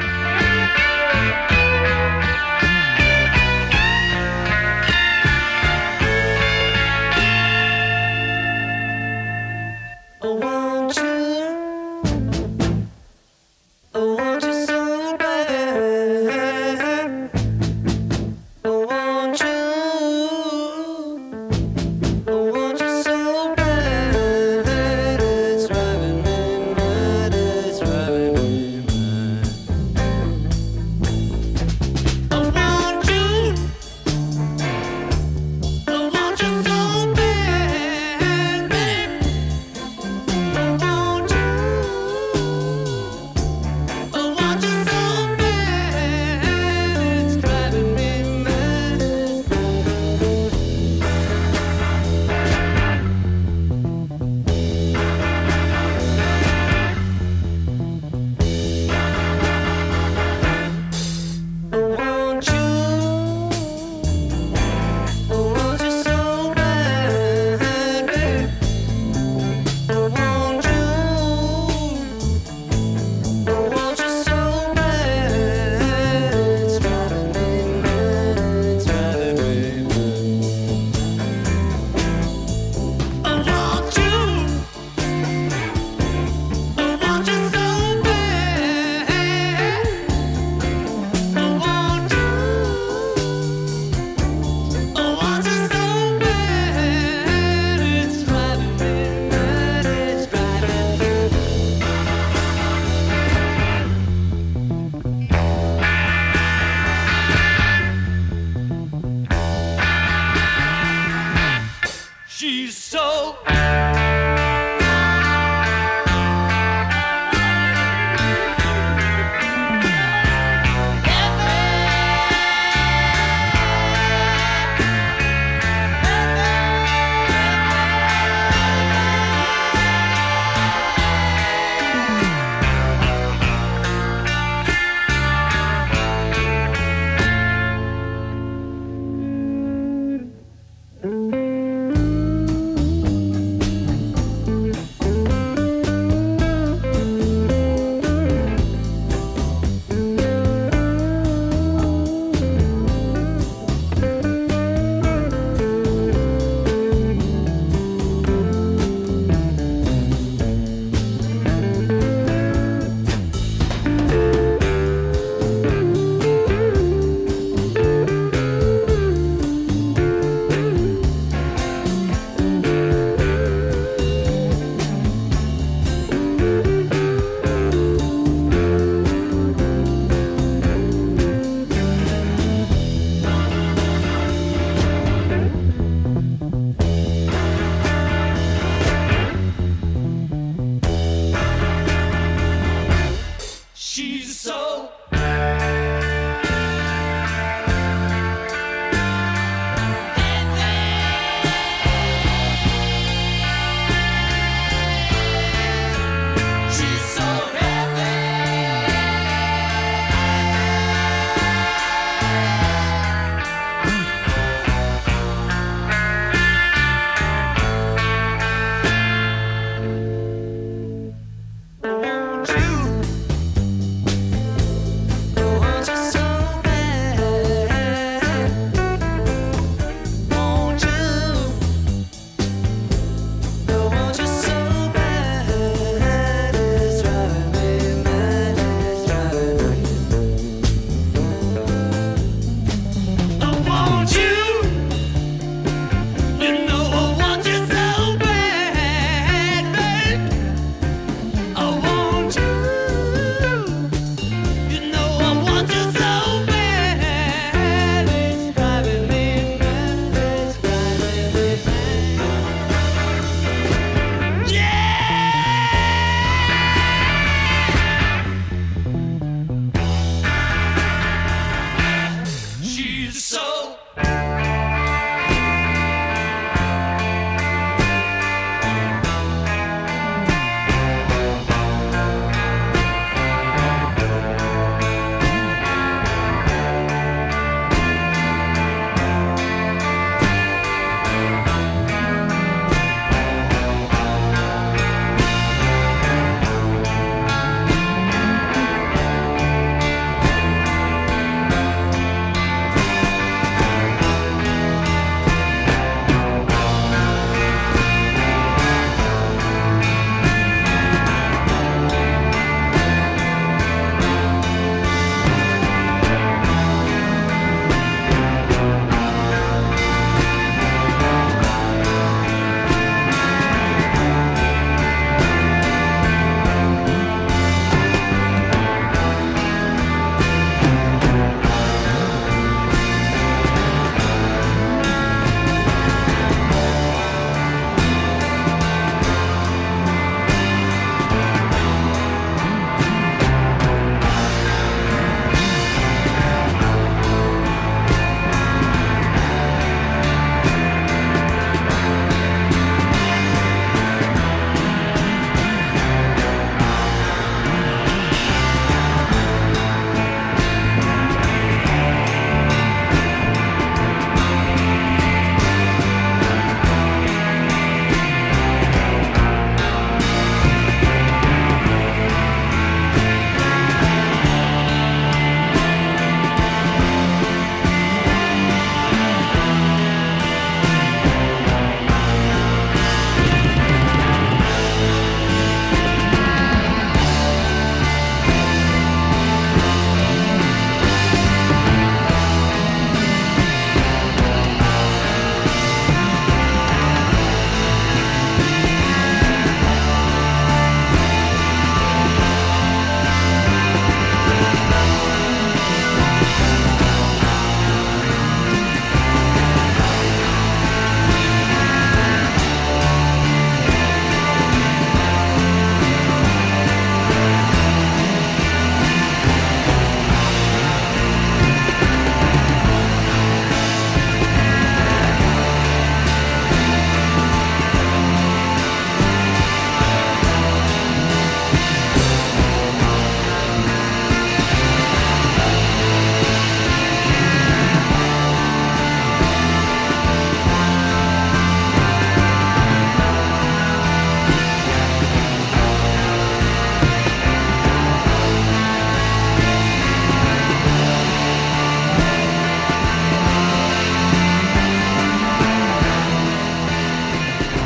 she's so.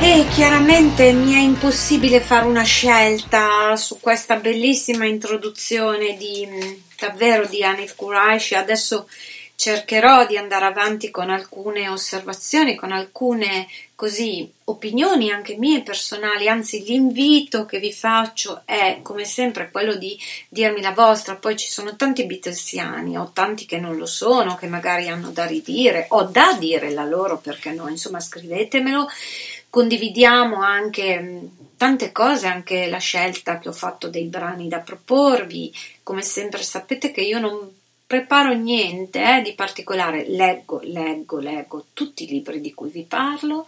E chiaramente mi è impossibile fare una scelta su questa bellissima introduzione davvero di Hanif Kureishi. Adesso cercherò di andare avanti con alcune osservazioni, con alcune così opinioni anche mie personali, anzi l'invito che vi faccio è come sempre quello di dirmi la vostra. Poi ci sono tanti Beatlesiani o tanti che non lo sono, che magari hanno da ridire o da dire la loro, perché no, insomma scrivetemelo. Condividiamo anche tante cose, anche la scelta che ho fatto dei brani da proporvi. Come sempre sapete che io non preparo niente di particolare, leggo tutti i libri di cui vi parlo,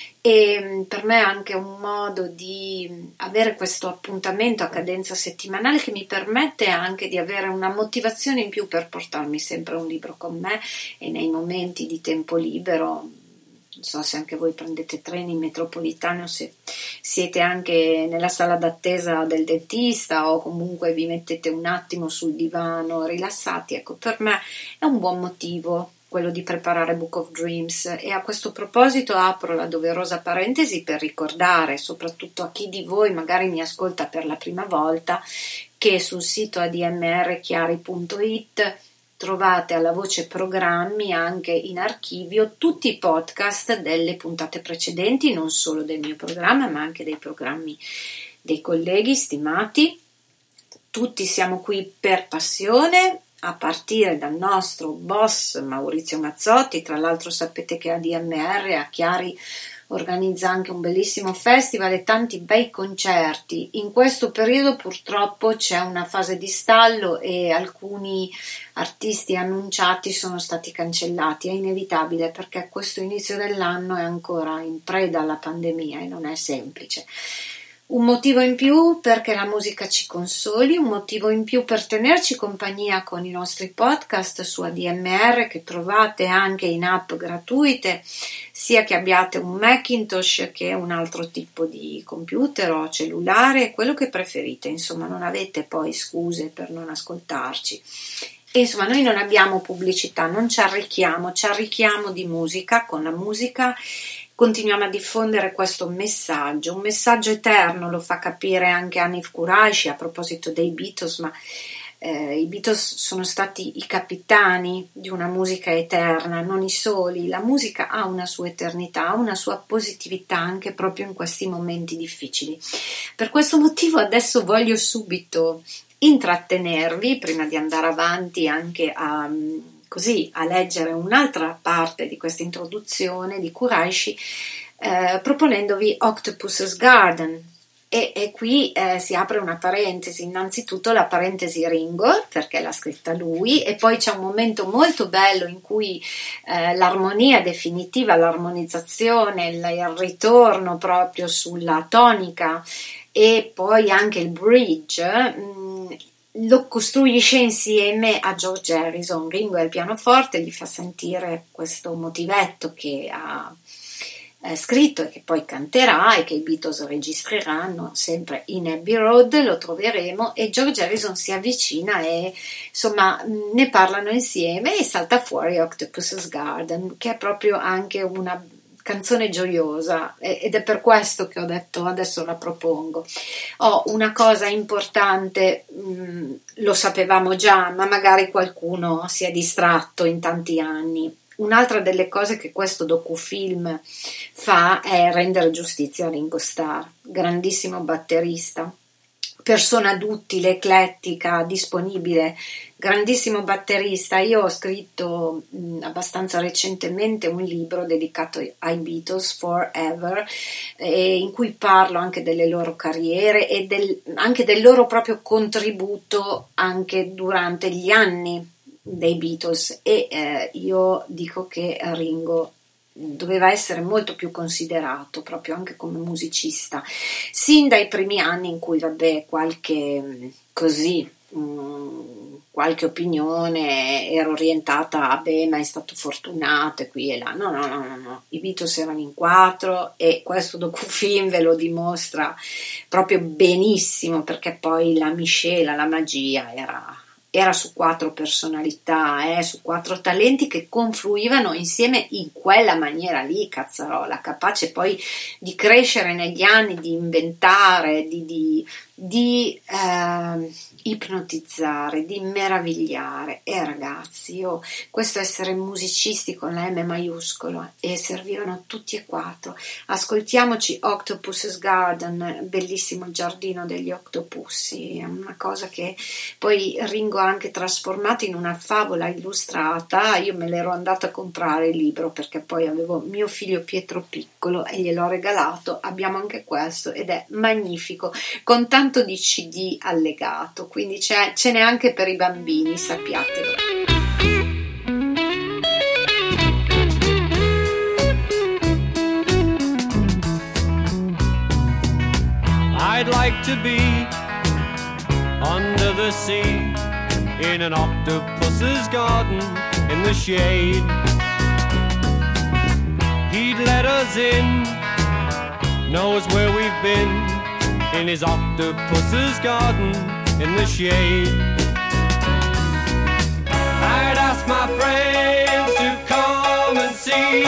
e per me è anche un modo di avere questo appuntamento a cadenza settimanale che mi permette anche di avere una motivazione in più per portarmi sempre un libro con me, e nei momenti di tempo libero, non so se anche voi prendete treni in metropolitana o se siete anche nella sala d'attesa del dentista o comunque vi mettete un attimo sul divano rilassati, ecco, per me è un buon motivo quello di preparare Book of Dreams. E a questo proposito apro la doverosa parentesi per ricordare soprattutto a chi di voi magari mi ascolta per la prima volta che sul sito admrchiari.it trovate alla voce programmi anche in archivio tutti i podcast delle puntate precedenti, non solo del mio programma ma anche dei programmi dei colleghi stimati. Tutti siamo qui per passione, a partire dal nostro boss Maurizio Mazzotti. Tra l'altro sapete che ADMR a Chiari organizza anche un bellissimo festival e tanti bei concerti. In questo periodo purtroppo c'è una fase di stallo e alcuni artisti annunciati sono stati cancellati. È inevitabile perché questo inizio dell'anno è ancora in preda alla pandemia e non è semplice. Un motivo in più perché la musica ci consoli, un motivo in più per tenerci compagnia con i nostri podcast su ADMR che trovate anche in app gratuite, sia che abbiate un Macintosh che un altro tipo di computer o cellulare, quello che preferite, insomma non avete poi scuse per non ascoltarci. E insomma noi non abbiamo pubblicità, non ci arricchiamo di musica. Con la musica continuiamo a diffondere questo messaggio, un messaggio eterno, lo fa capire anche Hanif Kureishi a proposito dei Beatles, ma i Beatles sono stati i capitani di una musica eterna, non i soli. La musica ha una sua eternità, ha una sua positività anche proprio in questi momenti difficili. Per questo motivo adesso voglio subito intrattenervi, prima di andare avanti anche a leggere un'altra parte di questa introduzione di Kureishi, proponendovi Octopus's Garden. E qui si apre una parentesi, innanzitutto la parentesi Ringo, perché l'ha scritta lui, e poi c'è un momento molto bello in cui l'armonia definitiva, l'armonizzazione, il ritorno proprio sulla tonica e poi anche il bridge, lo costruisce insieme a George Harrison. Ringo è al pianoforte, gli fa sentire questo motivetto che ha scritto e che poi canterà e che i Beatles registreranno sempre in Abbey Road, lo troveremo, e George Harrison si avvicina e insomma ne parlano insieme e salta fuori Octopus's Garden, che è proprio anche una canzone gioiosa, ed è per questo che ho detto adesso la propongo. Una cosa importante, lo sapevamo già, ma magari qualcuno si è distratto in tanti anni. Un'altra delle cose che questo docufilm fa è rendere giustizia a Ringo Starr, grandissimo batterista, persona duttile, eclettica, disponibile, grandissimo batterista. Io ho scritto abbastanza recentemente un libro dedicato ai Beatles, Forever, in cui parlo anche delle loro carriere e anche del loro proprio contributo anche durante gli anni dei Beatles, e io dico che Ringo doveva essere molto più considerato proprio anche come musicista, sin dai primi anni in cui qualche opinione era orientata a ma è stato fortunato e qui e là. No, i Beatles erano in 4 e questo docufilm ve lo dimostra proprio benissimo, perché poi la miscela, la magia era era su 4 personalità, su 4 talenti che confluivano insieme in quella maniera lì, Cazzarola, capace poi di crescere negli anni, di inventare, di ipnotizzare, di meravigliare. E ragazzi, questo essere musicisti con la M maiuscolo, e servivano tutti e 4. Ascoltiamoci Octopus's Garden, bellissimo il giardino degli octopussi, è una cosa che poi Ringo ha anche trasformato in una favola illustrata. Io me l'ero andata a comprare il libro perché poi avevo mio figlio Pietro piccolo e gliel'ho regalato. Abbiamo anche questo ed è magnifico, con tanto di CD allegato, quindi ce n'è anche per i bambini, sappiatelo. I'd like to be under the sea in an octopus's garden in the shade. He'd let us in, knows where we've been, in his octopus's garden in the shade. I'd ask my friends to come and see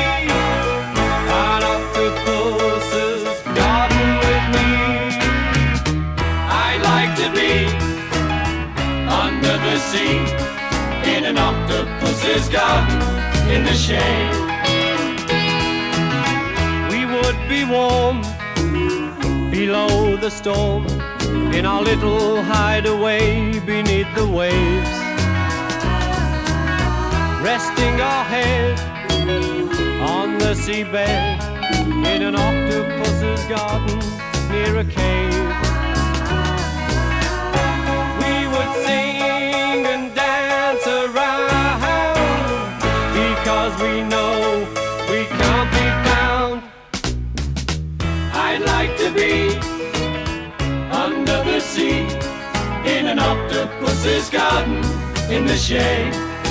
an octopus's garden with me. I'd like to be under the sea in an octopus's garden in the shade. We would be warm below the storm in our little hideaway beneath the waves, resting our head on the seabed in an octopus's garden near a cave. We would sing and dance around because we know we can't be found. I'd like to be under the sea in an octopus's garden in the shade.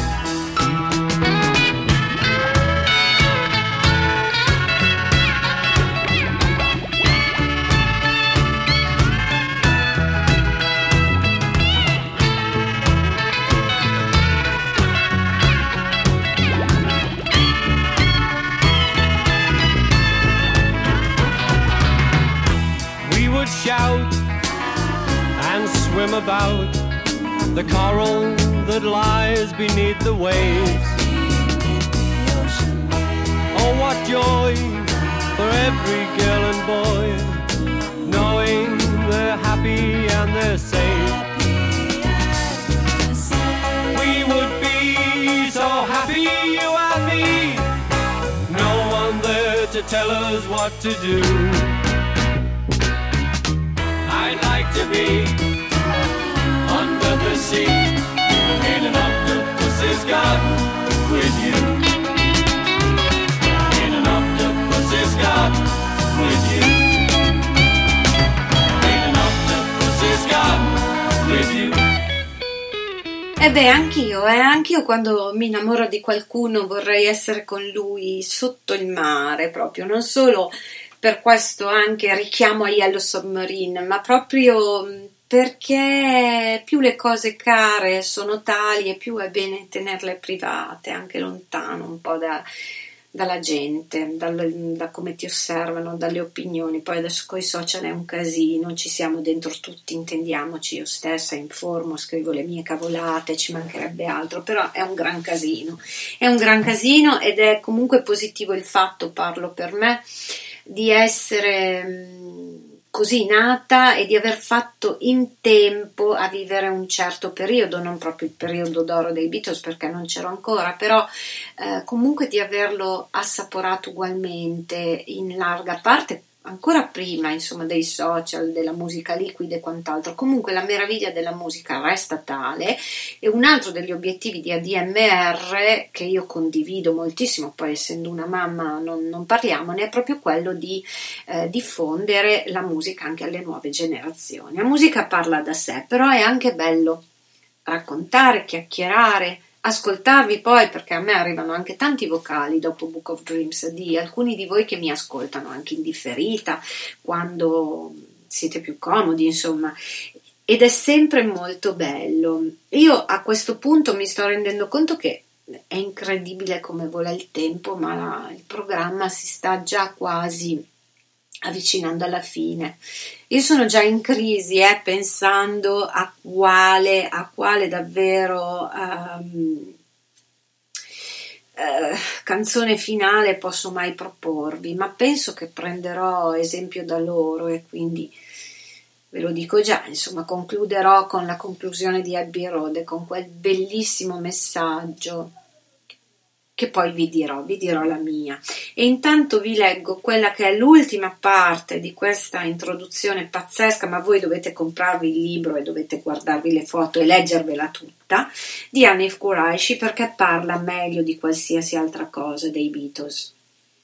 Shout and swim about the coral that lies beneath the waves. Oh, what joy for every girl and boy, knowing they're happy and they're safe. We would be so happy, you and me, no one there to tell us what to do. I'd like to be under the sea in an octopus's garden with you. In an octopus's garden with you. In an octopus's garden with you. E beh, anch'io quando mi innamoro di qualcuno vorrei essere con lui sotto il mare, proprio, non solo per questo anche richiamo a Yellow Submarine, ma proprio perché più le cose care sono tali e più è bene tenerle private, anche lontano un po' dalla gente, da come ti osservano, dalle opinioni. Poi adesso coi social è un casino, ci siamo dentro tutti, intendiamoci, io stessa informo, scrivo le mie cavolate, ci mancherebbe altro, però è un gran casino, ed è comunque positivo il fatto, parlo per me, di essere così nata e di aver fatto in tempo a vivere un certo periodo, non proprio il periodo d'oro dei Beatles perché non c'ero ancora, però comunque di averlo assaporato ugualmente in larga parte, ancora prima insomma dei social, della musica liquida e quant'altro. Comunque la meraviglia della musica resta tale, e un altro degli obiettivi di ADMR che io condivido moltissimo, poi essendo una mamma non parliamone, è proprio quello di diffondere la musica anche alle nuove generazioni. La musica parla da sé, però è anche bello raccontare, chiacchierare, ascoltarvi poi, perché a me arrivano anche tanti vocali dopo Book of Dreams di alcuni di voi che mi ascoltano anche in differita quando siete più comodi, insomma, ed è sempre molto bello. Io a questo punto mi sto rendendo conto che è incredibile come vola il tempo, ma il programma si sta già quasi avvicinando alla fine. Io sono già in crisi, pensando a quale davvero canzone finale posso mai proporvi, ma penso che prenderò esempio da loro e quindi ve lo dico già, insomma, concluderò con la conclusione di Abbey Road e con quel bellissimo messaggio che poi vi dirò la mia. E intanto vi leggo quella che è l'ultima parte di questa introduzione pazzesca, ma voi dovete comprarvi il libro e dovete guardarvi le foto e leggervela tutta, di Hanif Kureishi, perché parla meglio di qualsiasi altra cosa dei Beatles.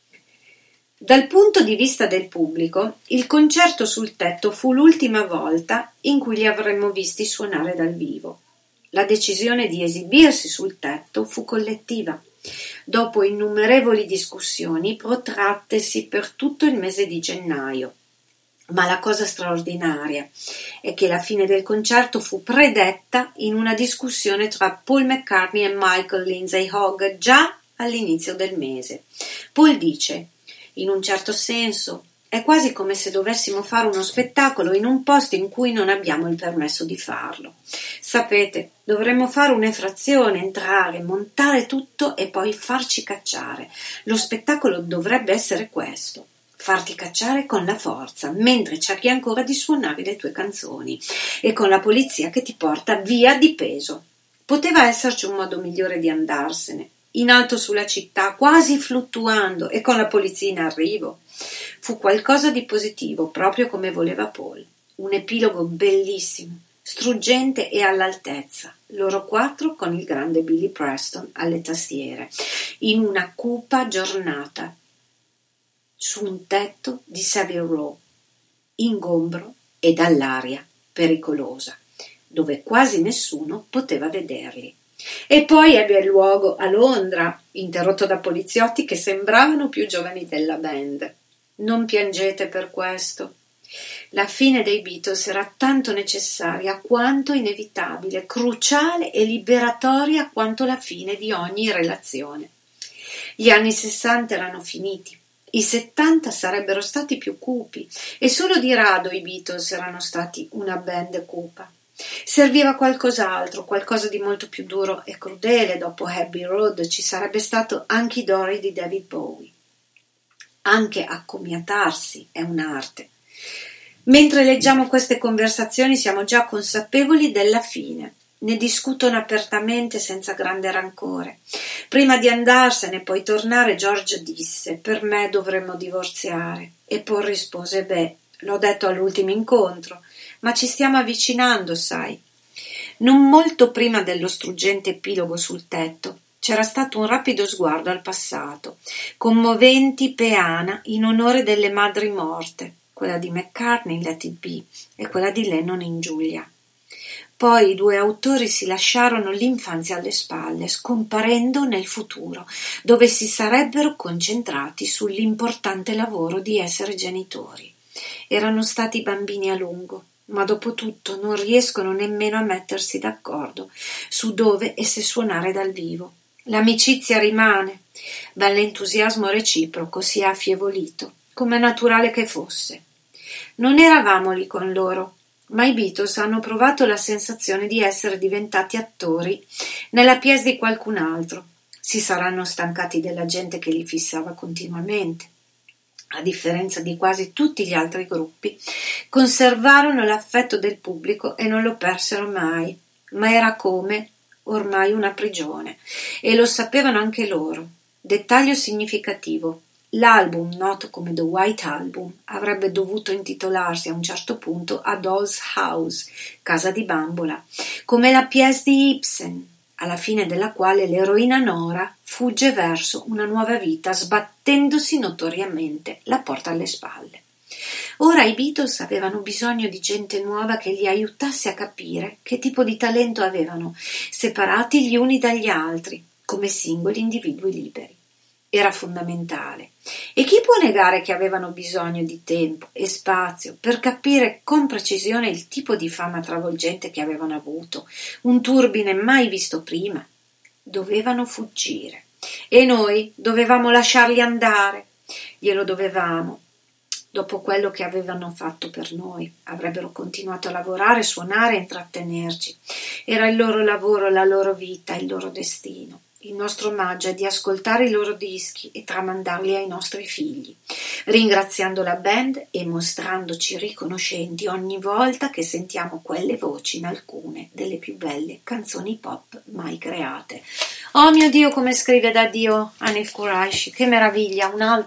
Dal punto di vista del pubblico, il concerto sul tetto fu l'ultima volta in cui li avremmo visti suonare dal vivo. La decisione di esibirsi sul tetto fu collettiva, dopo innumerevoli discussioni protrattesi per tutto il mese di gennaio. Ma la cosa straordinaria è che la fine del concerto fu predetta in una discussione tra Paul McCartney e Michael Lindsay Hogg già all'inizio del mese. Paul dice: in un certo senso è quasi come se dovessimo fare uno spettacolo in un posto in cui non abbiamo il permesso di farlo. Sapete, dovremmo fare un'effrazione, entrare, montare tutto e poi farci cacciare. Lo spettacolo dovrebbe essere questo: farti cacciare con la forza, mentre cerchi ancora di suonare le tue canzoni, e con la polizia che ti porta via di peso. Poteva esserci un modo migliore di andarsene, in alto sulla città, quasi fluttuando, e con la polizia in arrivo. Fu qualcosa di positivo, proprio come voleva Paul. Un epilogo bellissimo, struggente e all'altezza. Loro quattro con il grande Billy Preston alle tastiere, in una cupa giornata, su un tetto di Savile Row, ingombro e dall'aria pericolosa, dove quasi nessuno poteva vederli. E poi ebbe luogo a Londra, interrotto da poliziotti che sembravano più giovani della band. Non piangete per questo. La fine dei Beatles era tanto necessaria quanto inevitabile, cruciale e liberatoria quanto la fine di ogni relazione. Gli anni 60 erano finiti, i 70 sarebbero stati più cupi, e solo di rado i Beatles erano stati una band cupa. Serviva qualcos'altro, qualcosa di molto più duro e crudele. Dopo Abbey Road ci sarebbe stato anche Dory di David Bowie. Anche accomiatarsi è un'arte. Mentre leggiamo queste conversazioni siamo già consapevoli della fine. Ne discutono apertamente senza grande rancore. Prima di andarsene e poi tornare, George disse: per me dovremmo divorziare. E Paul rispose: beh, l'ho detto all'ultimo incontro, ma ci stiamo avvicinando, sai. Non molto prima dello struggente epilogo sul tetto c'era stato un rapido sguardo al passato, commoventi peana in onore delle madri morte, quella di McCartney in Let It Be e quella di Lennon in Giulia. Poi i due autori si lasciarono l'infanzia alle spalle, scomparendo nel futuro, dove si sarebbero concentrati sull'importante lavoro di essere genitori. Erano stati bambini a lungo, ma dopo tutto non riescono nemmeno a mettersi d'accordo su dove e se suonare dal vivo. L'amicizia rimane, ma l'entusiasmo reciproco si è affievolito, come naturale che fosse. Non eravamo lì con loro, ma i Beatles hanno provato la sensazione di essere diventati attori nella pièce di qualcun altro. Si saranno stancati della gente che li fissava continuamente. A differenza di quasi tutti gli altri gruppi, conservarono l'affetto del pubblico e non lo persero mai, ma era come ormai una prigione, e lo sapevano anche loro. Dettaglio significativo: l'album, noto come The White Album, avrebbe dovuto intitolarsi a un certo punto A Doll's House, casa di bambola, come la pièce di Ibsen, alla fine della quale l'eroina Nora fugge verso una nuova vita, sbattendosi notoriamente la porta alle spalle. Ora i Beatles avevano bisogno di gente nuova che li aiutasse a capire che tipo di talento avevano, separati gli uni dagli altri, come singoli individui liberi. Era fondamentale E chi può negare che avevano bisogno di tempo e spazio per capire con precisione il tipo di fama travolgente che avevano avuto, un turbine mai visto prima? Dovevano fuggire e noi dovevamo lasciarli andare, glielo dovevamo. Dopo quello che avevano fatto per noi, avrebbero continuato a lavorare, suonare e intrattenerci. Era il loro lavoro, la loro vita, il loro destino. Il nostro omaggio è di ascoltare i loro dischi e tramandarli ai nostri figli, ringraziando la band e mostrandoci riconoscenti ogni volta che sentiamo quelle voci in alcune delle più belle canzoni pop mai create. Oh mio Dio, come scrive da Dio Hanif Kureishi, che meraviglia,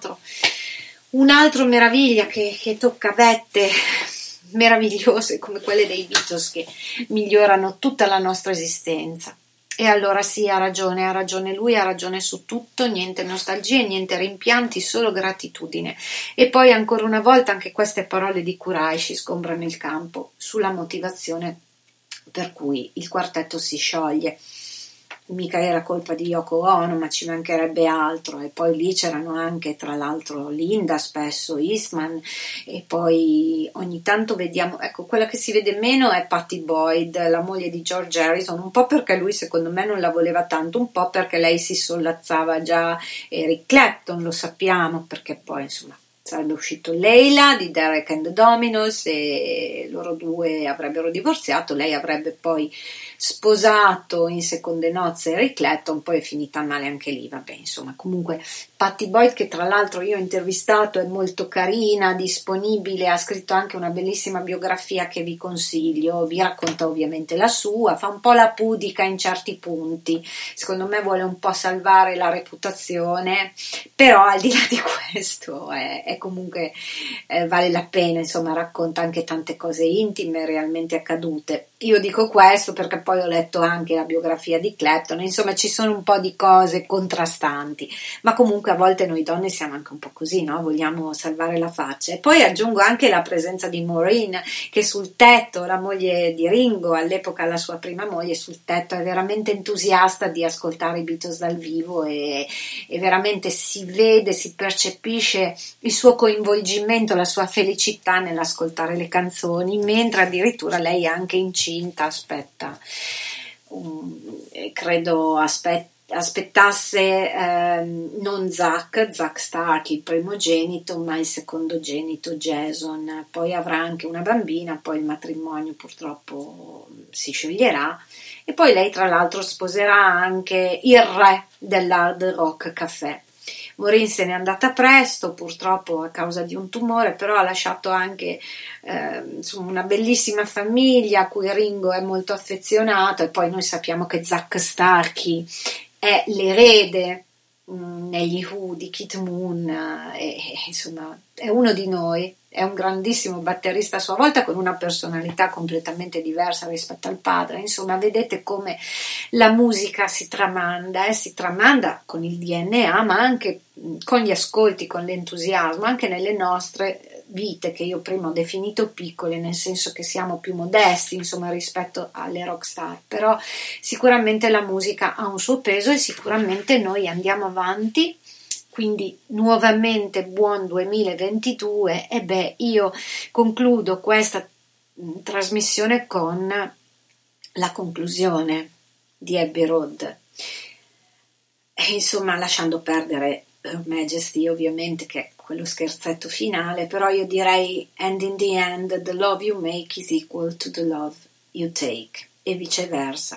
un altro meraviglia che tocca vette meravigliose come quelle dei Beatles che migliorano tutta la nostra esistenza. E allora sì, ha ragione lui, ha ragione su tutto, niente nostalgie, niente rimpianti, solo gratitudine. E poi ancora una volta anche queste parole di Kureishi sgombrano il campo sulla motivazione per cui il quartetto si scioglie. Mica era colpa di Yoko Ono, ma ci mancherebbe altro. E poi lì c'erano anche, tra l'altro, Linda, spesso Eastman, e poi ogni tanto vediamo, ecco, quella che si vede meno è Pattie Boyd, la moglie di George Harrison, un po' perché lui secondo me non la voleva tanto, un po' perché lei si sollazzava già Eric Clapton, lo sappiamo, perché poi insomma sarebbe uscito Leila di Derek and the Dominos e loro due avrebbero divorziato, lei avrebbe poi sposato in seconde nozze Eric Clapton, poi è finita male anche lì, vabbè, insomma, comunque Pattie Boyd, che tra l'altro io ho intervistato, è molto carina, disponibile, ha scritto anche una bellissima biografia che vi consiglio, vi racconta ovviamente la sua, fa un po' la pudica in certi punti, secondo me vuole un po' salvare la reputazione, però al di là di questo è comunque vale la pena, insomma, racconta anche tante cose intime realmente accadute. Io dico questo perché poi ho letto anche la biografia di Clapton, insomma ci sono un po' di cose contrastanti, ma comunque a volte noi donne siamo anche un po' così, no? Vogliamo salvare la faccia. E poi aggiungo anche la presenza di Maureen, che sul tetto, la moglie di Ringo, all'epoca la sua prima moglie, sul tetto è veramente entusiasta di ascoltare i Beatles dal vivo e veramente si vede, si percepisce il suo coinvolgimento, la sua felicità nell'ascoltare le canzoni, mentre addirittura lei è anche incinta, credo aspettasse non Zack Starkey, il primogenito, ma il secondogenito Jason. Poi avrà anche una bambina, poi il matrimonio purtroppo si scioglierà e poi lei tra l'altro sposerà anche il re dell'Hard Rock Café. Maureen se n'è andata presto, purtroppo a causa di un tumore, però ha lasciato anche una bellissima famiglia a cui Ringo è molto affezionato, e poi noi sappiamo che Zack Starkey è l'erede negli Who di Keith Moon, e insomma è uno di noi, è un grandissimo batterista a sua volta con una personalità completamente diversa rispetto al padre. Insomma, vedete come la musica si tramanda con il DNA, ma anche con gli ascolti, con l'entusiasmo, anche nelle nostre vite, che io prima ho definito piccole, nel senso che siamo più modesti, insomma, rispetto alle rockstar, però sicuramente la musica ha un suo peso e sicuramente noi andiamo avanti. Quindi nuovamente buon 2022 e io concludo questa trasmissione con la conclusione di Abbey Road, e insomma lasciando perdere Her Majesty ovviamente, che è quello scherzetto finale, però io direi and in the end the love you make is equal to the love you take, e viceversa.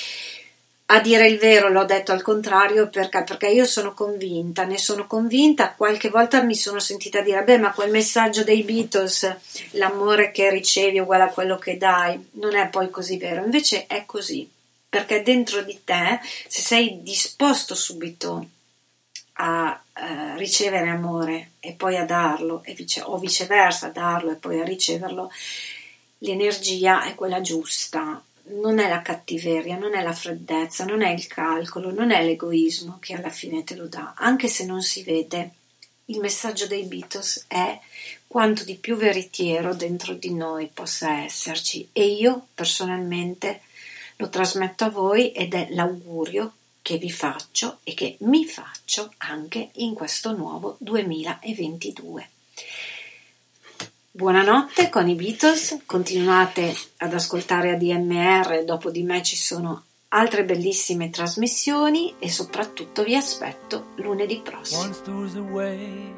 A dire il vero l'ho detto al contrario perché io sono convinta, qualche volta mi sono sentita dire ma quel messaggio dei Beatles, l'amore che ricevi è uguale a quello che dai, non è poi così vero, invece è così, perché dentro di te, se sei disposto subito a ricevere amore e poi a darlo, o viceversa, a darlo e poi a riceverlo, l'energia è quella giusta. Non è la cattiveria, non è la freddezza, non è il calcolo, non è l'egoismo che alla fine te lo dà, anche se non si vede. Il messaggio dei Beatles è quanto di più veritiero dentro di noi possa esserci, e io personalmente lo trasmetto a voi ed è l'augurio che vi faccio e che mi faccio anche in questo nuovo 2022. Buonanotte con i Beatles, continuate ad ascoltare ADMR, dopo di me ci sono altre bellissime trasmissioni e soprattutto vi aspetto lunedì prossimo. Once there was a way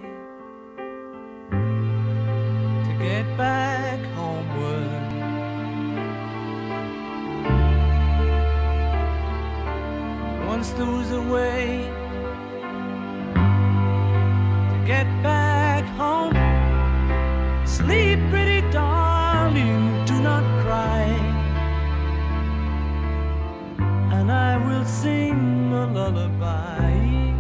to get back homeward. Once there was a way to get back home. Sleep, pretty darling, do not cry, and I will sing a lullaby.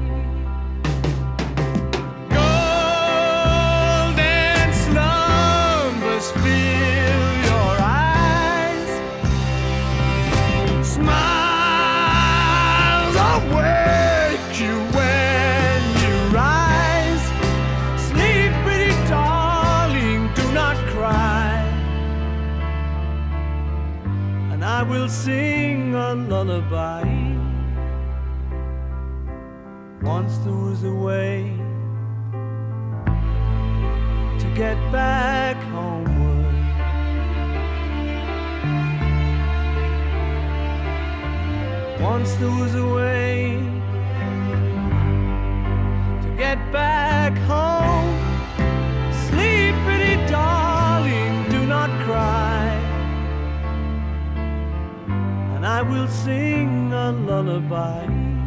Golden slumbers fill your eyes, smiles awake you when you rise. Sleep, pretty darling, do not cry, and I will sing a lullaby. Once there was a way to get back homeward. Once there was a way to get back home. Sleep, pretty darling, do not cry, and I will sing a lullaby.